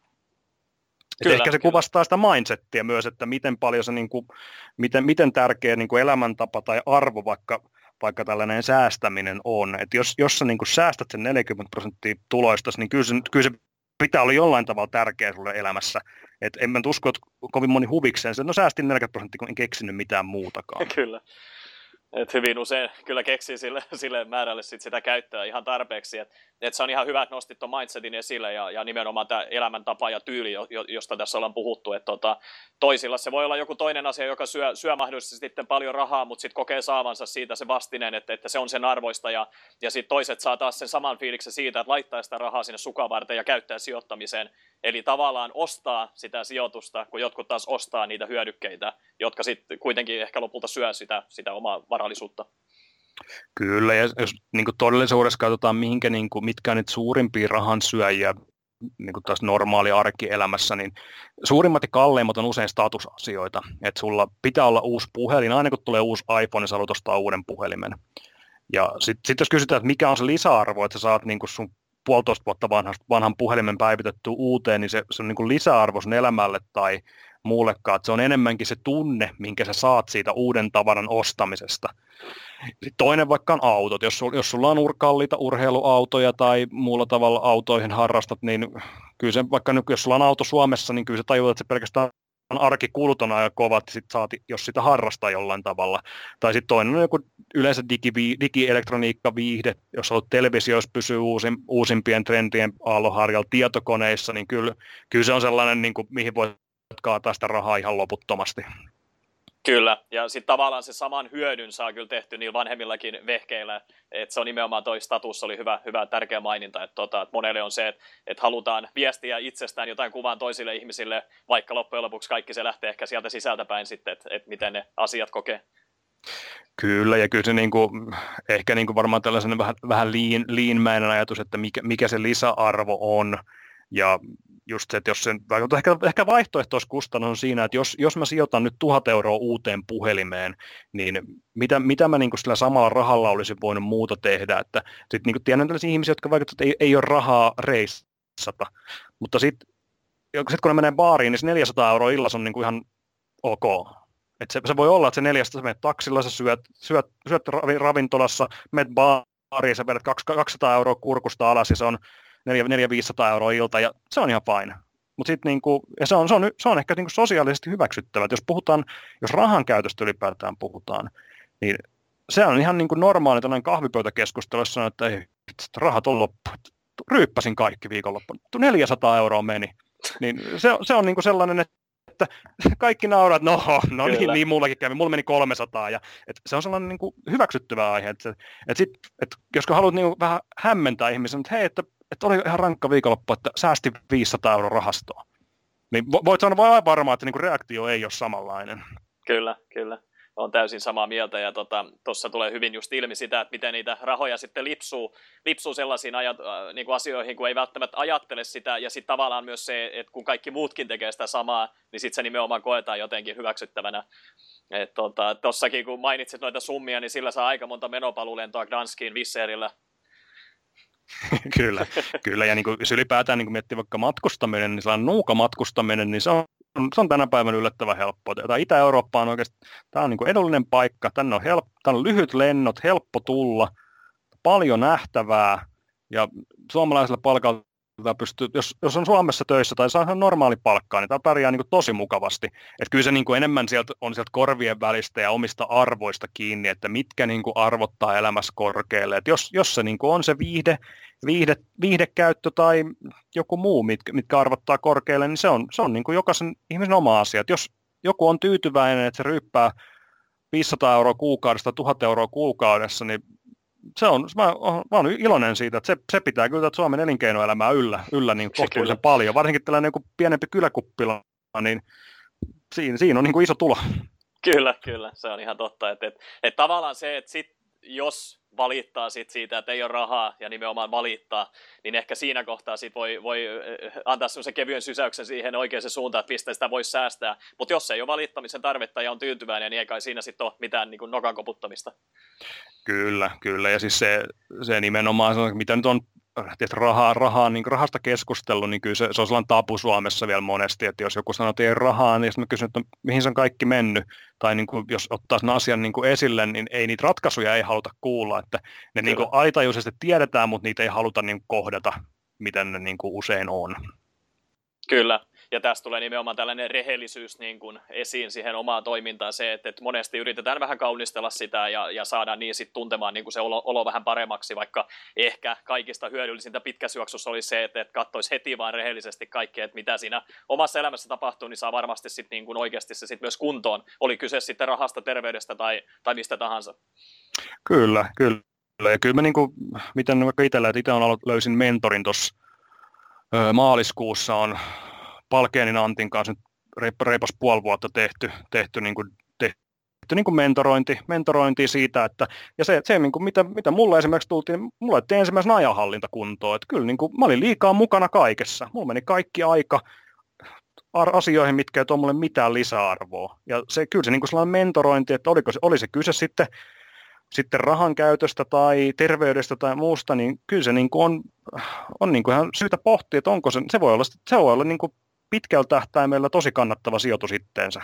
Kyllä, ehkä se kyllä. Kuvastaa sitä mindsettiä myös, että miten paljon se, niin kuin, miten, miten tärkeä niin kuin elämäntapa tai arvo vaikka, vaikka tällainen säästäminen on. Että jos, jos sä niin kuin säästät sen neljäkymmentä prosenttia tuloista, niin kyllä se, kyllä se pitää olla jollain tavalla tärkeä sulle elämässä. Että en mä usko, että kovin moni huvikseen se, no säästin neljäkymmentä prosenttia, kun en keksinyt mitään muutakaan. Kyllä. Et hyvin usein kyllä keksii sille, sille määrälle sit sitä käyttöä ihan tarpeeksi. Et, et se on ihan hyvä, että nostit tuon mindsetin esille ja, ja nimenomaan tämä elämäntapa ja tyyli, jo, josta tässä ollaan puhuttu. Et tota, toisilla se voi olla joku toinen asia, joka syö, syö mahdollisesti sitten paljon rahaa, mutta sitten kokee saavansa siitä se vastineen, että, että se on sen arvoista. Ja, ja sitten toiset saa taas sen saman fiiliksen siitä, että laittaa sitä rahaa sinne sukan varten ja käyttää sijoittamiseen. Eli tavallaan ostaa sitä sijoitusta, kun jotkut taas ostaa niitä hyödykkeitä, jotka sitten kuitenkin ehkä lopulta syö sitä, sitä omaa varallisuutta. Kyllä, ja jos niin kuin todellisuudessa katsotaan, mihinkä, niin kuin, mitkä on nyt suurimpia rahan syöjiä niin kuin taas normaali arkielämässä, niin suurimmat ja kalleimmat on usein statusasioita. Että sulla pitää olla uusi puhelin, aina kun tulee uusi iPhone, niin sä haluat ostaa uuden puhelimen. Ja sitten sit jos kysytään, että mikä on se lisäarvo, että sä saat niin kuin sun puolitoista vuotta vanhan, vanhan puhelimen päivitettyä uuteen, niin se, se on niin kuin lisäarvo sun elämälle tai muullekaan. Että se on enemmänkin se tunne, minkä sä saat siitä uuden tavaran ostamisesta. Sitten toinen vaikka on autot. Jos, jos sulla on kalliita urheiluautoja tai muulla tavalla autoihin harrastat, niin kyllä se, vaikka nyt, jos sulla on auto Suomessa, niin kyllä se tajuat, että se pelkästään arkikulut on aika kovat, sit saat, jos sitä harrastaa jollain tavalla. Tai sitten toinen on joku yleensä digi, digielektroniikka, viihde, jos olet televisioissa pysyy uusin, uusimpien trendien aallonharjalla tietokoneissa, niin kyllä, kyllä se on sellainen, niin kuin, mihin voit kaataa sitä rahaa ihan loputtomasti. Kyllä, ja sitten tavallaan se saman hyödyn saa kyllä tehty niillä vanhemmillakin vehkeillä, että se on nimenomaan toi status, oli hyvä, hyvä tärkeä maininta, että, tota, että monelle on se, että, että halutaan viestiä itsestään jotain kuvaan toisille ihmisille, vaikka loppujen lopuksi kaikki se lähtee ehkä sieltä sisältäpäin sitten, että, että miten ne asiat kokee. Kyllä, ja kyllä se niinku, ehkä niinku varmaan tällainen vähän, vähän liin, liinmäinen ajatus, että mikä, mikä se lisäarvo on, ja just se, että jos sen, ehkä, ehkä vaihtoehtoiskustannus on siinä, että jos, jos mä sijoitan nyt tuhat euroa uuteen puhelimeen, niin mitä, mitä mä niin kuin sillä samalla rahalla olisin voinut muuta tehdä, että sitten niin kuin tiedän tällaisia ihmisiä, jotka vaikka ei, ei ole rahaa reissata, mutta sitten sit kun ne menee baariin, niin se neljäsataa euroa illassa on niin kuin ihan ok. Et se, se voi olla, että se neljäsataa, sä menet taksilla, sä syöt, syöt, syöt ravintolassa, menet baariin, sä vedät kaksisataa euroa kurkusta alas ja se on neljä viisisataa euroa ilta, ja se on ihan fine. Mutta sitten niinku, ja se on, se on, se on ehkä niinku sosiaalisesti hyväksyttävä. Et jos puhutaan, jos rahan käytöstä ylipäätään puhutaan, niin se on ihan niinku normaali tällainen kahvipöytäkeskustelu, jos sanoo, että ei, rahat on loppu. Ryyppäsin kaikki viikonloppuna. neljäsataa euroa meni. Niin se, se on niinku sellainen, että kaikki nauraa, että no, no niin, niin, mullakin kävi. Mulla meni kolmesataa. Ja, et se on sellainen niinku hyväksyttävä aihe. Että et sit, et, jos haluat niinku vähän hämmentää ihmisen, että hei, että että oli ihan rankka viikonloppu, että säästi viisisataa euroa rahastoa. Niin voit sanoa vain varmaan, että niinku reaktio ei ole samanlainen. Kyllä, kyllä. Olen täysin samaa mieltä, ja tuossa tota, tulee hyvin just ilmi sitä, että miten niitä rahoja sitten lipsuu, lipsuu sellaisiin ajat, äh, niin kuin asioihin, kun ei välttämättä ajattele sitä, ja sitten tavallaan myös se, että kun kaikki muutkin tekee sitä samaa, niin sitten se nimenomaan koetaan jotenkin hyväksyttävänä. Tuossakin tota, kun mainitsit noita summia, niin sillä saa aika monta menopaluulentoa Gdanskiin Visserillä. Kyllä, kyllä, ja niin kuin, jos ylipäätään niin miettii vaikka matkustaminen, niin sellainen nuukamatkustaminen, niin se on, se on tänä päivänä yllättävän helppoa. Tämä Itä-Eurooppa on oikeasti, tämä on niin kuin edullinen paikka, tänne on, help, tänne on lyhyt lennot, helppo tulla, paljon nähtävää, ja suomalaisella palkalla pystyy, jos, jos on Suomessa töissä tai saa ihan normaali palkkaa, niin tämä pärjää niin kuin tosi mukavasti. Että kyllä se niin kuin enemmän sieltä, on sieltä korvien välistä ja omista arvoista kiinni, että mitkä niin kuin arvottaa elämässä korkealle. Että jos, jos se niin kuin on se viihde, viihde, viihdekäyttö tai joku muu, mitkä, mitkä arvottaa korkealle, niin se on, se on niin kuin jokaisen ihmisen oma asia. Että jos joku on tyytyväinen, että se ryyppää viisisataa euroa kuukaudesta, tuhat euroa kuukaudessa, niin se on, mä, oon, mä oon iloinen siitä, että se, se pitää kyllä Suomen elinkeinoelämää yllä, yllä niin kohtuullisen paljon. Varsinkin tällainen joku pienempi kyläkuppila, niin siinä, siinä on niin kuin iso tulo. Kyllä, kyllä, se on ihan totta. Että, että, että tavallaan se, että sit, jos valittaa sit siitä, että ei ole rahaa ja nimenomaan valittaa, niin ehkä siinä kohtaa sit voi, voi antaa semmoisen kevyen sysäyksen siihen oikeaan suuntaan, että mistä sitä voisi säästää. Mutta jos ei ole valittamisen tarvetta ja on tyytyväinen, niin ei kai siinä sitten ole mitään niin kuin nokan koputtamista. Kyllä, kyllä. Ja siis se, se nimenomaan, mitä nyt on tietysti rahaa, rahaa, niin rahasta keskustellut, niin kyllä se, se on sellainen tabu Suomessa vielä monesti, että jos joku sanoo, että ei rahaa, niin sitten mä kysyn, että mihin se on kaikki mennyt, tai niin kuin, jos ottaa sen asian niin kuin esille, niin ei niitä ratkaisuja ei haluta kuulla, että ne niin kuin aitajuisesti tiedetään, mutta niitä ei haluta niin kuin kohdata, miten ne niin kuin usein on. Kyllä. Ja tästä tulee nimenomaan tällainen rehellisyys niin kuin esiin siihen omaan toimintaan, se, että, että monesti yritetään vähän kaunistella sitä ja, ja saadaan niin sitten tuntemaan niin kuin se olo, olo vähän paremmaksi, vaikka ehkä kaikista hyödyllisintä pitkässä juoksussa olisi se, että, että katsoisi heti vaan rehellisesti kaikkea, että mitä siinä omassa elämässä tapahtuu, niin saa varmasti sitten niin kuin oikeasti se sitten myös kuntoon, oli kyse sitten rahasta, terveydestä tai, tai mistä tahansa. Kyllä, kyllä. Ja kyllä mä niin kuin, miten vaikka itsellä, että itse on löysin mentorin tuossa maaliskuussa on Palkeenin Antin kanssa nyt reipas puoli vuotta tehty, tehty, niin kuin, tehty niin kuin mentorointi, mentorointi siitä, että ja se, se niin kuin mitä, mitä mulle esimerkiksi tultiin, niin mulle tehtiin ensimmäisen ajanhallintakuntoon, että kyllä niin kuin, mä olin liikaa mukana kaikessa, mulla meni kaikki aika asioihin, mitkä ei tuo mulle mitään lisäarvoa, ja se, kyllä se niin kuin sellainen mentorointi, että oliko se, oli se kyse sitten sitten rahan käytöstä tai terveydestä tai muusta, niin kyllä se niin kuin on, on niin kuin ihan syytä pohtia, että onko se, se voi olla, se voi olla niin kuin pitkällä tähtäimellä tosi kannattava sijoitus itteensä.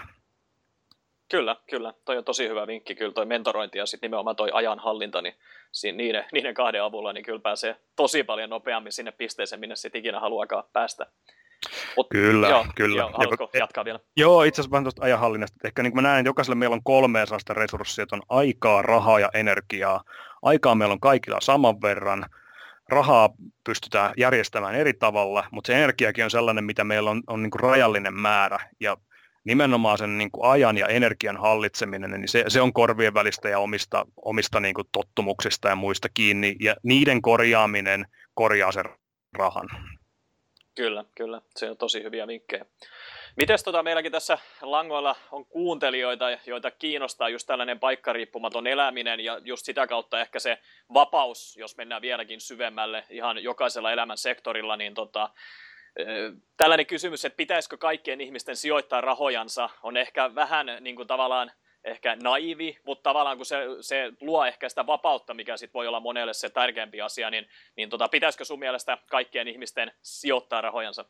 Kyllä, kyllä. Toi on tosi hyvä vinkki, kyllä toi mentorointi ja sitten nimenomaan toi ajanhallinta, niin siinä niiden, niiden kahden avulla niin kyllä pääsee tosi paljon nopeammin sinne pisteeseen, minne sitten ikinä haluakaan päästä. Mut, Kyllä, joo, kyllä. Joo, haluatko ja, jatkaa vielä? Joo, itse asiassa vähän tuosta ajanhallinnasta. Ehkä niin kuin mä näen, että jokaisella meillä on kolme sellaista resurssia, että on aikaa, rahaa ja energiaa. Aikaa meillä on kaikilla saman verran. Rahaa pystytään järjestämään eri tavalla, mutta se energiakin on sellainen, mitä meillä on, on niin kuin rajallinen määrä. Ja nimenomaan sen niin kuin ajan ja energian hallitseminen, niin se, se on korvien välistä ja omista, omista niin kuin tottumuksista ja muista kiinni. Ja niiden korjaaminen korjaa sen rahan. Kyllä, kyllä. Se on tosi hyviä vinkkejä. Mites tota, meilläkin tässä langoilla on kuuntelijoita, joita kiinnostaa just tällainen paikkariippumaton eläminen ja just sitä kautta ehkä se vapaus, jos mennään vieläkin syvemmälle ihan jokaisella elämän sektorilla, niin tota, tällainen kysymys, että pitäisikö kaikkien ihmisten sijoittaa rahojansa, on ehkä vähän niin kuin tavallaan ehkä naivi, mutta tavallaan kun se, se luo ehkä sitä vapautta, mikä sit voi olla monelle se tärkeämpi asia, niin, niin tota, pitäisikö sun mielestä kaikkien ihmisten sijoittaa rahojansa?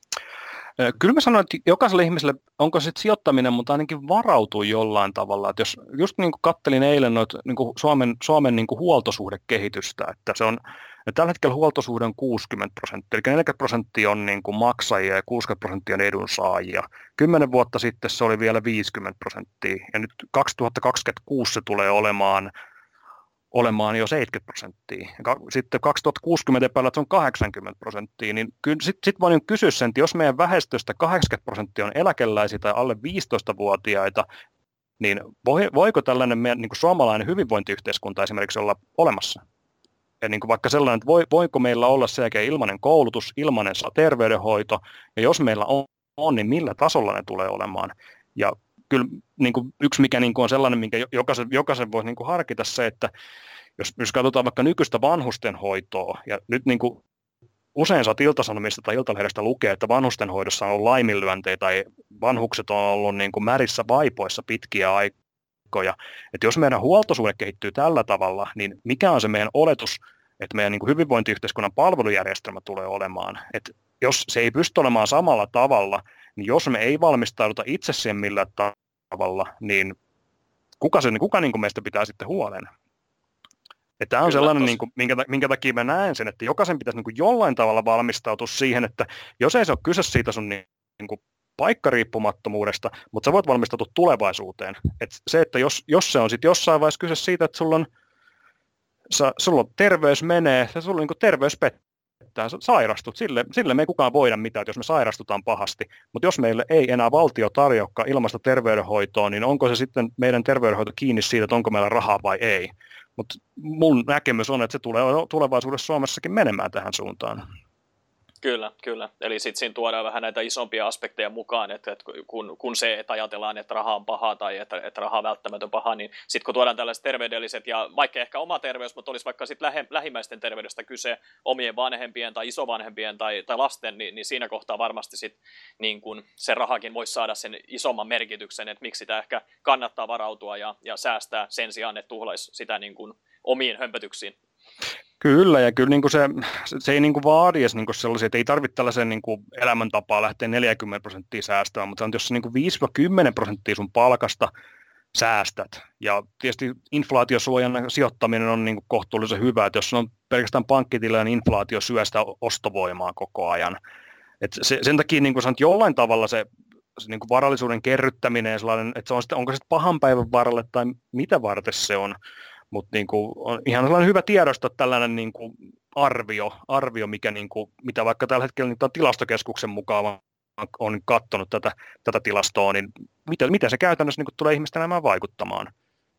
Kyllä mä sanoin, että jokaiselle ihmiselle, onko sitten sijoittaminen, mutta ainakin varautuu jollain tavalla. Että jos just niin kuin kattelin eilen noita niin kuin Suomen, Suomen niin kuin huoltosuhdekehitystä, että se on, tällä hetkellä huoltosuhde on kuusikymmentä prosenttia, eli neljäkymmentä prosenttia on niin kuin maksajia ja kuusikymmentä prosenttia on edunsaajia. Kymmenen vuotta sitten se oli vielä viisikymmentä prosenttia, ja nyt kaksituhattakaksikymmentäkuusi se tulee olemaan olemaan jo seitsemänkymmentä prosenttia. Sitten kaksituhattakuusikymmentä epäillä, että se on kahdeksankymmentä prosenttia, niin sitten sit voin kysyä sen, että jos meidän väestöstä kahdeksankymmentä prosenttia on eläkeläisiä tai alle viisitoistavuotiaita, niin voiko tällainen meidän niin kuin suomalainen hyvinvointiyhteiskunta esimerkiksi olla olemassa? Ja niin kuin vaikka sellainen, että voiko meillä olla selkeä ilmainen koulutus, ilmainen terveydenhoito, ja jos meillä on, on niin millä tasolla ne tulee olemaan? Ja kyllä niin kuin yksi, mikä niin kuin on sellainen, minkä jokaisen, jokaisen voisi niin kuin harkita se, että jos, jos katsotaan vaikka nykyistä vanhustenhoitoa, ja nyt niin kuin usein saat Ilta-Sanomista tai Iltalehdestä lukea, että vanhustenhoidossa on ollut laiminlyöntejä tai vanhukset on ollut niin kuin märissä vaipoissa pitkiä aikoja. Että jos meidän huoltosuhde kehittyy tällä tavalla, niin mikä on se meidän oletus, että meidän niin kuin hyvinvointiyhteiskunnan palvelujärjestelmä tulee olemaan? Että jos se ei pysty olemaan samalla tavalla, niin jos me ei valmistauduta itse siihen millään tavalla, niin kuka, se, kuka niin kuin meistä pitää sitten huolen? Tämä on Kyllä, sellainen, niin kuin, minkä, minkä takia mä näen sen, että jokaisen pitäisi niin kuin jollain tavalla valmistautua siihen, että jos ei se ole kyse siitä sun niin, niin kuin paikkariippumattomuudesta, mutta sä voit valmistautua tulevaisuuteen. Et se, että jos, jos se on sitten jossain vaiheessa kyse siitä, että sulla on, sa, sulla on terveys menee, ja sulla on niin kuin terveys pettää, sairastut, sille, sille me ei kukaan voida mitään, jos me sairastutaan pahasti, mutta jos meille ei enää valtio tarjoakaan ilmaista terveydenhoitoa, niin onko se sitten meidän terveydenhoito kiinni siitä, että onko meillä rahaa vai ei. Mutta mun näkemys on, että se tulee tulevaisuudessa Suomessakin menemään tähän suuntaan. Kyllä, kyllä. Eli sitten siinä tuodaan vähän näitä isompia aspekteja mukaan, että, että kun, kun se, että ajatellaan, että raha on paha tai että, että raha on välttämätön paha, niin sitten kun tuodaan tällaiset terveydelliset ja vaikka ehkä oma terveys, mutta olisi vaikka sitten lähe, lähimmäisten terveydestä kyse omien vanhempien tai isovanhempien tai, tai lasten, niin, niin siinä kohtaa varmasti sit, niin kun se rahakin voisi saada sen isomman merkityksen, että miksi sitä ehkä kannattaa varautua ja, ja säästää sen sijaan, että tuhlaisi sitä niin kun omiin hömpötyksiin. Kyllä, ja kyllä niin kuin se, se ei niin kuin vaadi edes niin kuin sellaisia, että ei tarvitse tällaisen niin kuin elämäntapaa lähteä neljäkymmentä prosenttia säästämään, mutta jos niin kuin viisi kymmenen prosenttia sun palkasta säästät, ja tietysti inflaatiosuojan sijoittaminen on niin kuin kohtuullisen hyvä, että jos on pelkästään pankkitilillä, niin inflaatio syö sitä ostovoimaa koko ajan. Et se, sen takia niin kuin sanot, jollain tavalla se, se niin kuin varallisuuden kerryttäminen, että se on sitten, onko se sitten pahan päivän varalle tai mitä varten se on, mutta niinku, on ihan sellainen hyvä tiedostaa tällainen niinku arvio, arvio mikä niinku, mitä vaikka tällä hetkellä niin tilastokeskuksen mukaan on katsonut tätä, tätä tilastoa, niin miten, miten se käytännössä niinku tulee ihmisten elämään vaikuttamaan.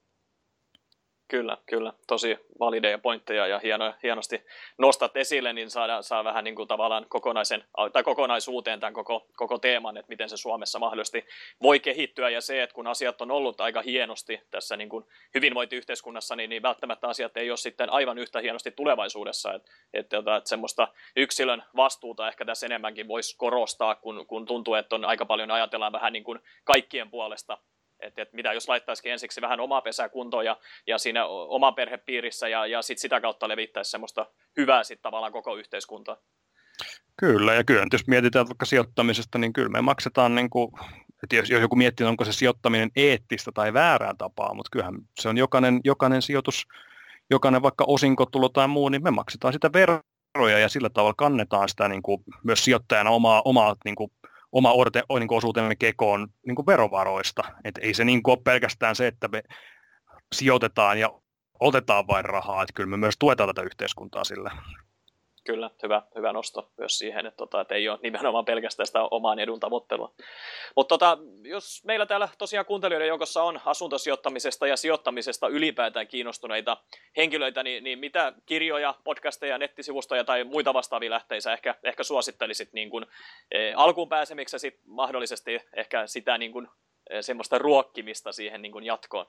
Kyllä, kyllä. Tosi valideja pointteja ja hieno, hienosti nostat esille, niin saada, saa vähän niin kuin tavallaan kokonaisen, tai kokonaisuuteen tämän koko, koko teeman, että miten se Suomessa mahdollisesti voi kehittyä, ja se, että kun asiat on ollut aika hienosti tässä niin kuin hyvinvointiyhteiskunnassa, niin, niin välttämättä asiat ei ole sitten aivan yhtä hienosti tulevaisuudessa, että, että, että semmoista yksilön vastuuta ehkä tässä enemmänkin voisi korostaa, kun, kun tuntuu, että on aika paljon ajatellaan vähän niin kuin kaikkien puolesta. Että et mitä jos laittaisikin ensiksi vähän omaa pesää kuntoon ja, ja siinä oman perhepiirissä ja, ja sit sitä kautta levittäisi semmoista hyvää sitten tavallaan koko yhteiskuntaa. Kyllä, ja kyllä, jos mietitään vaikka sijoittamisesta, niin kyllä me maksetaan, niin kuin, että jos, jos joku miettii, onko se sijoittaminen eettistä tai väärää tapaa, mutta kyllähän se on jokainen, jokainen sijoitus, jokainen vaikka osinkotulo tai muu, niin me maksetaan sitä veroja ja sillä tavalla kannetaan sitä niin kuin, myös sijoittajana omaa, omaa niin kuin, oma orte, niin kuin osuutemme kekoon niin kuin verovaroista. Et ei se niin kuin ole pelkästään se, että me sijoitetaan ja otetaan vain rahaa, että kyllä me myös tuetaan tätä yhteiskuntaa sillä. Kyllä, hyvä, hyvä nosto myös siihen, että, tota, että ei ole nimenomaan pelkästään sitä oman edun tavoittelua. Mutta tota, jos meillä täällä tosiaan kuuntelijoiden joukossa on asuntosijoittamisesta ja sijoittamisesta ylipäätään kiinnostuneita henkilöitä, niin, niin mitä kirjoja, podcasteja, nettisivustoja tai muita vastaavia lähteitä ehkä, ehkä suosittelisit niin kun, eh, alkuun pääsemiksi ja sit mahdollisesti ehkä sitä niin kun, eh, semmoista ruokkimista siihen niin kun jatkoon?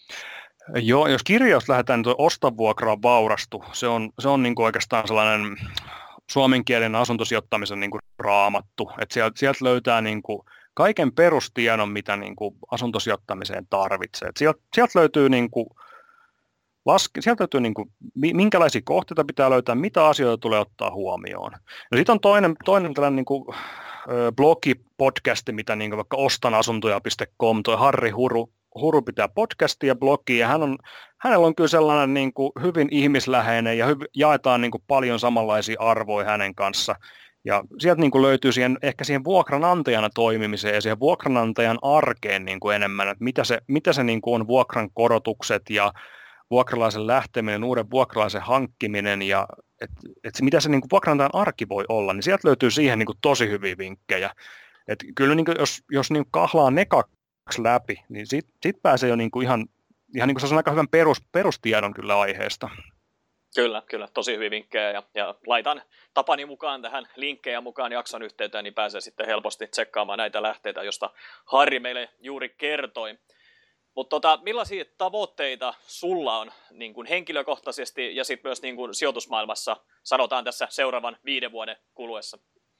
Joo, jos kirjaus lähdetään, niin Osta, vuokraa, vaurastu. Se on, se on niin kuin oikeastaan sellainen suomenkielinen asuntosijoittamisen niin kuin raamattu. Et sieltä, sieltä löytää niin kuin kaiken perustiedon, mitä niin kuin asuntosijoittamiseen tarvitsee. Et sieltä, sieltä löytyy, niin kuin, laske, sieltä löytyy niin kuin, minkälaisia kohteita pitää löytää, mitä asioita tulee ottaa huomioon. No sitten on toinen, toinen tällainen niin kuin, blogi, podcasti, mitä niin kuin vaikka ostanasuntoja piste com, toi Harri Huru, Huru pitää podcastia ja blogia, ja hän on, hänellä on kyllä sellainen niin kuin hyvin ihmisläheinen ja hyv, jaetaan niin kuin paljon samanlaisia arvoja hänen kanssa. Ja sieltä niin kuin löytyy siihen, ehkä siihen vuokranantajana toimimiseen ja siihen vuokranantajan arkeen niin kuin enemmän, että mitä se, mitä se niin kuin on vuokran korotukset ja vuokralaisen lähteminen, uuden vuokralaisen hankkiminen ja et, et se, mitä se niin kuin vuokranantajan arki voi olla, niin sieltä löytyy siihen niin kuin tosi hyviä vinkkejä. Et kyllä niin kuin, jos, jos niin kuin kahlaa ne läpi, niin sitten sit pääsee jo niinku ihan, ihan niinku se on aika hyvän perus, perustiedon kyllä aiheesta. Kyllä, kyllä, tosi hyviä vinkkejä ja, ja laitan tapani mukaan tähän linkkejä mukaan jakson yhteyteen, niin pääsee sitten helposti tsekkaamaan näitä lähteitä, josta Harri meille juuri kertoi. Mutta tota, millaisia tavoitteita sulla on niin kun henkilökohtaisesti ja sitten myös niin kun sijoitusmaailmassa, sanotaan tässä seuraavan viiden vuoden kuluessa?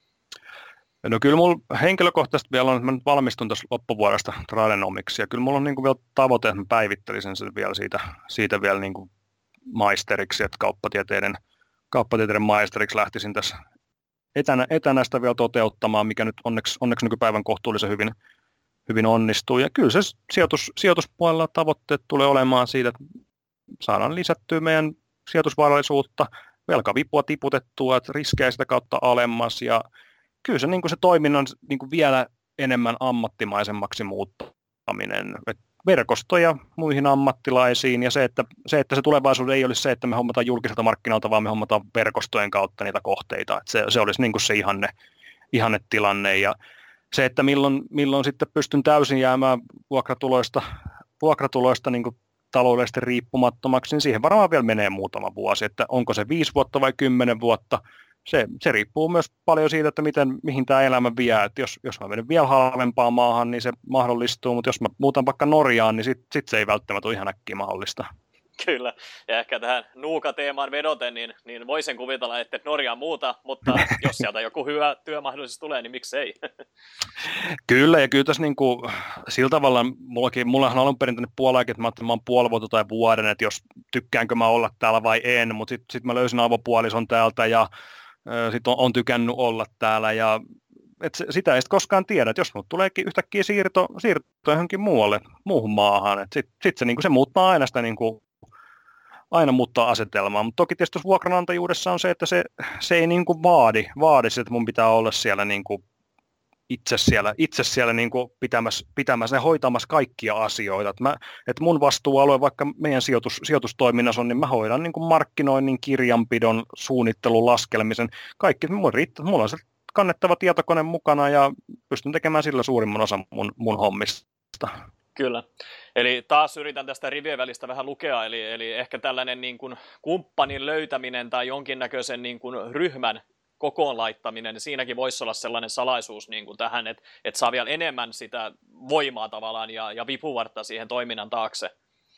No kyllä mulla henkilökohtaisesti vielä on, että mä nyt valmistun tässä loppuvuodesta tradenomiksi, ja kyllä mulla on niin kuin vielä tavoite, että mä päivittelisin sen vielä siitä, siitä vielä niin kuin maisteriksi, että kauppatieteiden, kauppatieteiden maisteriksi lähtisin tässä etänä, etänä sitä vielä toteuttamaan, mikä nyt onneksi, onneksi nykypäivän kohtuullisen hyvin, hyvin onnistuu. Ja kyllä se sijoitus, sijoituspuolella tavoitteet tulee olemaan siitä, että saadaan lisättyä meidän sijoitusvarallisuutta, velkavipua tiputettua, että riskejä sitä kautta alemmas, ja kyllä se, niin kuin se toiminnan niin kuin vielä enemmän ammattimaisemmaksi muuttaminen, et verkostoja muihin ammattilaisiin ja se että, se, että se tulevaisuus ei olisi se, että me hommataan julkiselta markkinalta, vaan me hommataan verkostojen kautta niitä kohteita. Et se, se olisi niin kuin se ihanne, ihanne tilanne ja se, että milloin, milloin sitten pystyn täysin jäämään vuokratuloista, vuokratuloista niin kuin taloudellisesti riippumattomaksi, niin siihen varmaan vielä menee muutama vuosi, että onko se viisi vuotta vai kymmenen vuotta. Se, se riippuu myös paljon siitä, että miten, mihin tämä elämä vie. Et jos, jos mä menen vielä halvempaan maahan, niin se mahdollistuu, mutta jos mä muutan vaikka Norjaan, niin sitten sit se ei välttämättä ole ihan äkkiä mahdollista. Kyllä, ja ehkä tähän nuuka-teemaan vedoten, niin, niin voisin kuvitella, että Norjaan muuta, mutta jos sieltä joku hyvä työmahdollisuus tulee, niin miksei? Kyllä, ja kyllä tässä niin kuin, sillä tavalla, mullakin, mullahan alun perin tänne puolellekin, että mä ajattelin, että mä oon puoli vuotta tai vuoden, että jos tykkäänkö mä olla täällä vai en, mutta sitten sit mä löysin avopuolison täältä, ja sitten on, on tykännyt olla täällä, ja et sitä ei sitten koskaan tiedä, että jos mut tuleekin yhtäkkiä siirto, siirto johonkin muualle, muuhun maahan, että sitten sit se, niin se muuttaa aina sitä, niin kuin, aina muuttaa asetelmaa, mutta toki tietysti vuokranantajuudessa on se, että se, se ei niin kuin vaadi, vaadi sitä, että mun pitää olla siellä niin kuin itse siellä, itse siellä niin kuin pitämässä, pitämässä ja hoitamassa kaikkia asioita. Että, mä, että mun vastuualue, vaikka meidän sijoitus, sijoitustoiminnassa on, niin mä hoidan niin kuin markkinoinnin, kirjanpidon, suunnittelun, laskelmisen, kaikki. Mulla riittää, mulla on se kannettava tietokone mukana ja pystyn tekemään sillä suurimman osan mun, mun hommista. Kyllä. Eli taas yritän tästä rivien välistä vähän lukea, eli, eli ehkä tällainen niin kuin kumppanin löytäminen tai jonkinnäköisen niin kuin ryhmän kokoon laittaminen, niin siinäkin voisi olla sellainen salaisuus niin kuin tähän, että, että saa vielä enemmän sitä voimaa tavallaan ja, ja vipuvartta siihen toiminnan taakse.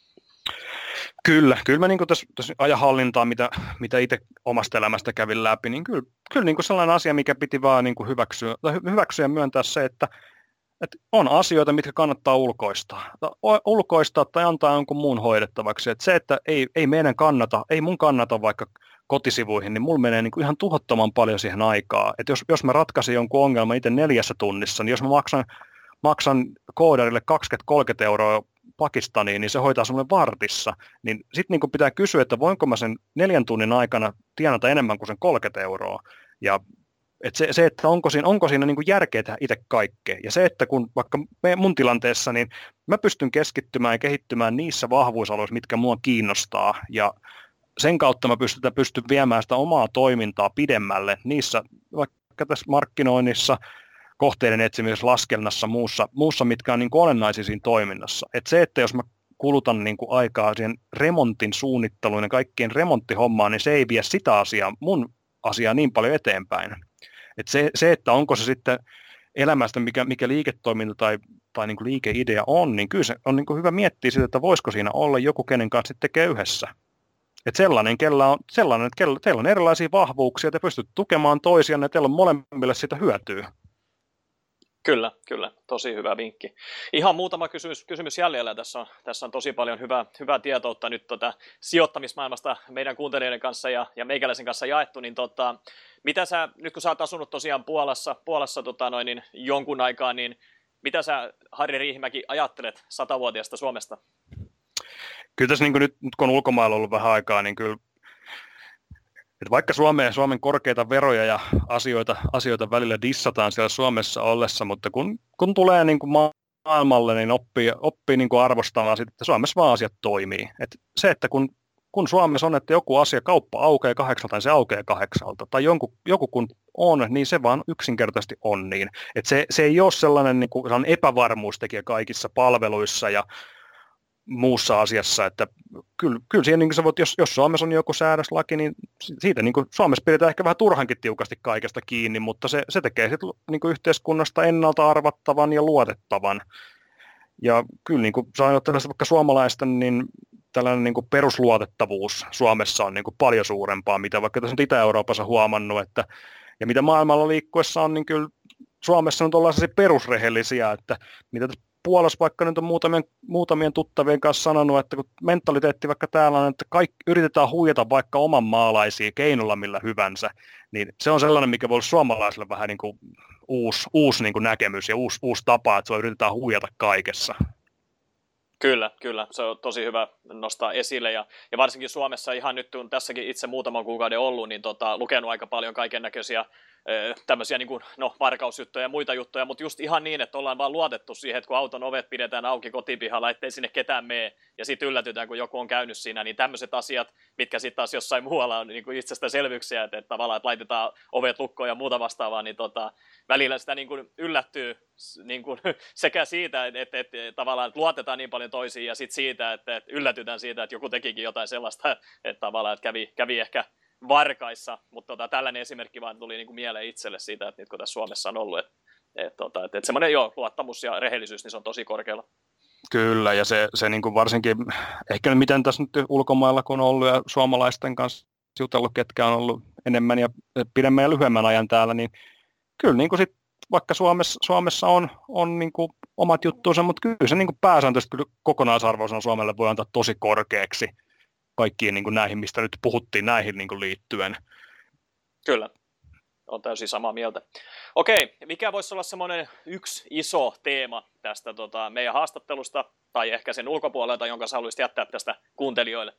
Kyllä, kyllä mä niin kuin tässä, tässä ajanhallintaa, mitä, mitä itse omasta elämästä kävin läpi, niin kyllä, kyllä niin kuin sellainen asia, mikä piti vaan niin kuin hyväksyä, hyväksyä ja myöntää se, että, että on asioita, mitkä kannattaa ulkoistaa. Ulkoistaa tai antaa jonkun muun hoidettavaksi. Että se, että ei, ei meidän kannata, ei mun kannata vaikka kotisivuihin, niin mulla menee niin kuin ihan tuhottoman paljon siihen aikaa. Että jos, jos mä ratkaisin jonkun ongelman itse neljässä tunnissa, niin jos mä maksan, maksan koodarille kaksikymmentä kolmekymmentä euroa Pakistaniin, niin se hoitaa semmoinen vartissa. Niin sitten niin pitää kysyä, että voinko mä sen neljän tunnin aikana tienata enemmän kuin sen kolmekymmentä euroa. Ja et se, se, että onko siinä, onko siinä niin kuin järkeä tehdä itse kaikkea. Ja se, että kun vaikka me, mun tilanteessa, niin mä pystyn keskittymään ja kehittymään niissä vahvuusalueissa, mitkä mua kiinnostaa. Ja sen kautta mä pystyn, pystyn viemään sitä omaa toimintaa pidemmälle niissä, vaikka tässä markkinoinnissa, kohteiden etsimisessä, laskennassa, muussa, muussa mitkä on niin kuin olennaisia siinä toiminnassa. Et se, että jos mä kulutan niin kuin aikaa siihen remontin suunnitteluun ja kaikkien remonttihommaan, niin se ei vie sitä asiaa, mun asiaa niin paljon eteenpäin. Et se, se, että onko se sitten elämästä, mikä, mikä liiketoiminta tai, tai niin kuin liikeidea on, niin kyllä se on niin kuin hyvä miettiä sitä, että voisiko siinä olla joku, kenen kanssa tekee yhdessä. Että sellainen, kellä on, sellainen, että kellä, teillä on erilaisia vahvuuksia, te pystytte tukemaan toisianne, ja teillä on molemmille sitä hyötyä. Kyllä, kyllä. Tosi hyvä vinkki. Ihan muutama kysymys, kysymys jäljellä. Tässä on, tässä on tosi paljon hyvää, hyvää tietoutta nyt tota, sijoittamismaailmasta meidän kuuntelijoiden kanssa ja, ja meikäläisen kanssa jaettu. Niin, tota, mitä sä, nyt kun sä oot asunut tosiaan Puolassa, Puolassa tota, noin, niin jonkun aikaa, niin mitä sä, Harri Riihimäki, ajattelet satavuotiaasta Suomesta? Kyllä tässä niin nyt, nyt kun on ulkomailla ollut vähän aikaa, niin kyllä että vaikka Suomeen, Suomen korkeita veroja ja asioita, asioita välillä dissataan siellä Suomessa ollessa, mutta kun, kun tulee niin kuin maailmalle, niin oppii, oppii niin kuin arvostamaan sitä, että Suomessa vaan asiat toimii. Et se, että kun, kun Suomessa on, että joku asia, kauppa aukeaa kahdeksalta, niin se aukeaa kahdeksalta, tai jonkun, joku kun on, niin se vaan yksinkertaisesti on niin. Et se, se ei ole sellainen, niin kuin, sellainen epävarmuustekijä kaikissa palveluissa ja muussa asiassa, että kyllä, kyllä siihen, niin kuin sä voit, jos, jos Suomessa on joku säädöslaki, niin siitä niin kuin Suomessa pidetään ehkä vähän turhankin tiukasti kaikesta kiinni, mutta se, se tekee sit, niin kuin yhteiskunnasta ennalta arvattavan ja luotettavan. Ja kyllä niin kuin sä ajattelet vaikka suomalaisten, niin tällainen niin kuin perusluotettavuus Suomessa on niin kuin paljon suurempaa, mitä vaikka tässä nyt Itä-Euroopassa huomannut, että, ja mitä maailmalla liikkuessa on, niin kyllä Suomessa nyt ollaan sellaisia perusrehellisiä, että mitä tässä Puolassa vaikka nyt on muutamien, muutamien tuttavien kanssa sanonut, että kun mentaliteetti vaikka täällä on, että kaikki, yritetään huijata vaikka oman maalaisia keinolla millä hyvänsä, niin se on sellainen, mikä voi olla suomalaisille vähän niin kuin uusi, uusi niin kuin näkemys ja uusi, uusi tapa, että se yritetään huijata kaikessa. Kyllä, kyllä. Se on tosi hyvä nostaa esille ja, ja varsinkin Suomessa ihan nyt, kun tässäkin itse muutaman kuukauden ollut, niin tota, lukenut aika paljon kaiken näköisiä tämmöisiä niin kuin, no, varkausjuttuja ja muita juttuja, mutta just ihan niin, että ollaan vaan luotettu siihen, että kun auton ovet pidetään auki kotipihalla, ettei sinne ketään mene, ja sitten yllätytään, kun joku on käynyt siinä, niin tämmöiset asiat, mitkä sitten taas jossain muualla on niin kuin itsestäänselvyyksiä, että, että tavallaan, että laitetaan ovet lukkoon ja muuta vastaavaa, niin tota, välillä sitä niin kuin yllättyy niin kuin, sekä siitä, että, että, että tavallaan että luotetaan niin paljon toisiin, ja sitten siitä, että, että yllätytään siitä, että joku tekikin jotain sellaista, että tavallaan, että kävi, kävi ehkä varkaissa, mutta tota, tällainen esimerkki vaan tuli niinku mieleen itselle siitä, että nyt kun tässä Suomessa on ollut, että et, tota, et, et semmoinen jo luottamus ja rehellisyys, niin se on tosi korkealla. Kyllä, ja se, se niinku varsinkin, ehkä miten tässä nyt ulkomailla kun on ollut ja suomalaisten kanssa jutellut, ketkä on ollut enemmän ja pidemmän ja lyhyemmän ajan täällä, niin kyllä niinku sit, vaikka Suomessa, Suomessa on, on niinku omat juttuunsa, mutta kyllä se niinku pääsääntöisesti kyllä kokonaisarvoisena Suomelle voi antaa tosi korkeaksi kaikkiin niin kuin näihin, mistä nyt puhuttiin näihin niin kuin liittyen. Kyllä, on täysin samaa mieltä. Okei, mikä voisi olla semmoinen yksi iso teema tästä tota, meidän haastattelusta, tai ehkä sen ulkopuolelta, jonka sä haluaisit jättää tästä kuuntelijoille?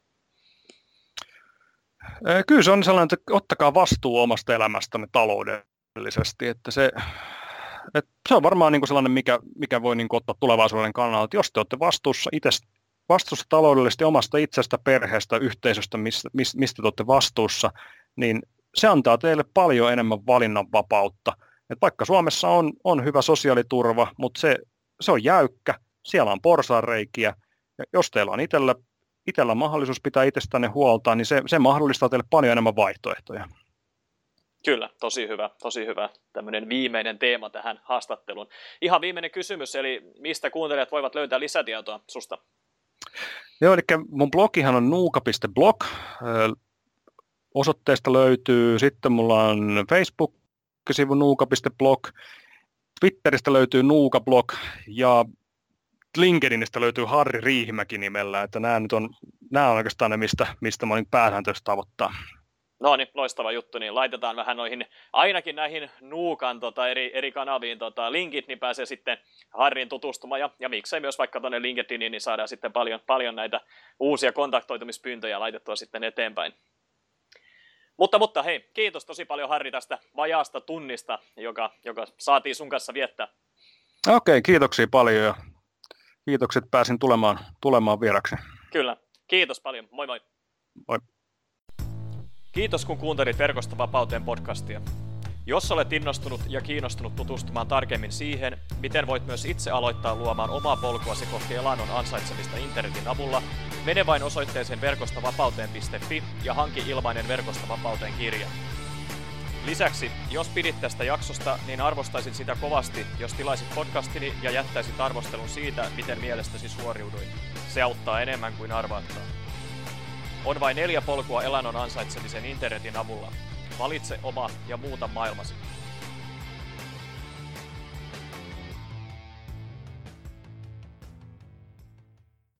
Kyllä se on sellainen, että ottakaa vastuu omasta elämästänne taloudellisesti, että se, että se on varmaan niin kuin sellainen, mikä, mikä voi niin kuin ottaa tulevaisuuden kannalta, että jos te olette vastuussa itse vastuussa taloudellisesti omasta itsestä, perheestä, yhteisöstä, mistä, mistä te olette vastuussa, niin se antaa teille paljon enemmän valinnanvapautta. Et vaikka Suomessa on, on hyvä sosiaaliturva, mutta se, se on jäykkä, siellä on porsaanreikiä, ja jos teillä on itsellä, itsellä mahdollisuus pitää itsestänne huolta, niin se, se mahdollistaa teille paljon enemmän vaihtoehtoja. Kyllä, tosi hyvä, tosi hyvä tämmöinen viimeinen teema tähän haastatteluun. Ihan viimeinen kysymys, eli mistä kuuntelijat voivat löytää lisätietoa susta? Joo, eli mun blogihan on nuuka piste blog. Osoitteesta löytyy, sitten mulla on Facebook-sivu nuuka piste blog, Twitteristä löytyy nuuka-blog ja LinkedInistä löytyy Harri Riihimäki nimellä, että nämä nyt on, nämä on oikeastaan ne, mistä, mistä mä olin pääsääntöisesti tavoittaa. No niin, loistava juttu, niin laitetaan vähän noihin, ainakin näihin Nuukan tota, eri, eri kanaviin tota, linkit, niin pääsee sitten Harriin tutustumaan, ja, ja miksei myös vaikka tuonne LinkedIniin, niin saadaan sitten paljon, paljon näitä uusia kontaktoitumispyyntöjä laitettua sitten eteenpäin. Mutta, mutta hei, kiitos tosi paljon Harri tästä vajaasta tunnista, joka, joka saatiin sun kanssa viettää. Okei, kiitoksia paljon ja kiitokset, pääsin tulemaan, tulemaan vieraksi. Kyllä, kiitos paljon, moi moi. Moi. Kiitos kun kuuntelit Verkosta vapauteen podcastia. Jos olet innostunut ja kiinnostunut tutustumaan tarkemmin siihen, miten voit myös itse aloittaa luomaan omaa polkuasi kohti elannon ansaitsemista internetin avulla, mene vain osoitteeseen verkostavapauteen piste fi ja hanki ilmainen Verkosta vapauteen kirja. Lisäksi, jos pidit tästä jaksosta, niin arvostaisin sitä kovasti, jos tilaisit podcastini ja jättäisit arvostelun siitä, miten mielestäsi suoriuduin. Se auttaa enemmän kuin arvaatkaan. On vain neljä polkua elannon ansaitsemisen internetin avulla. Valitse oma ja muuta maailmasi.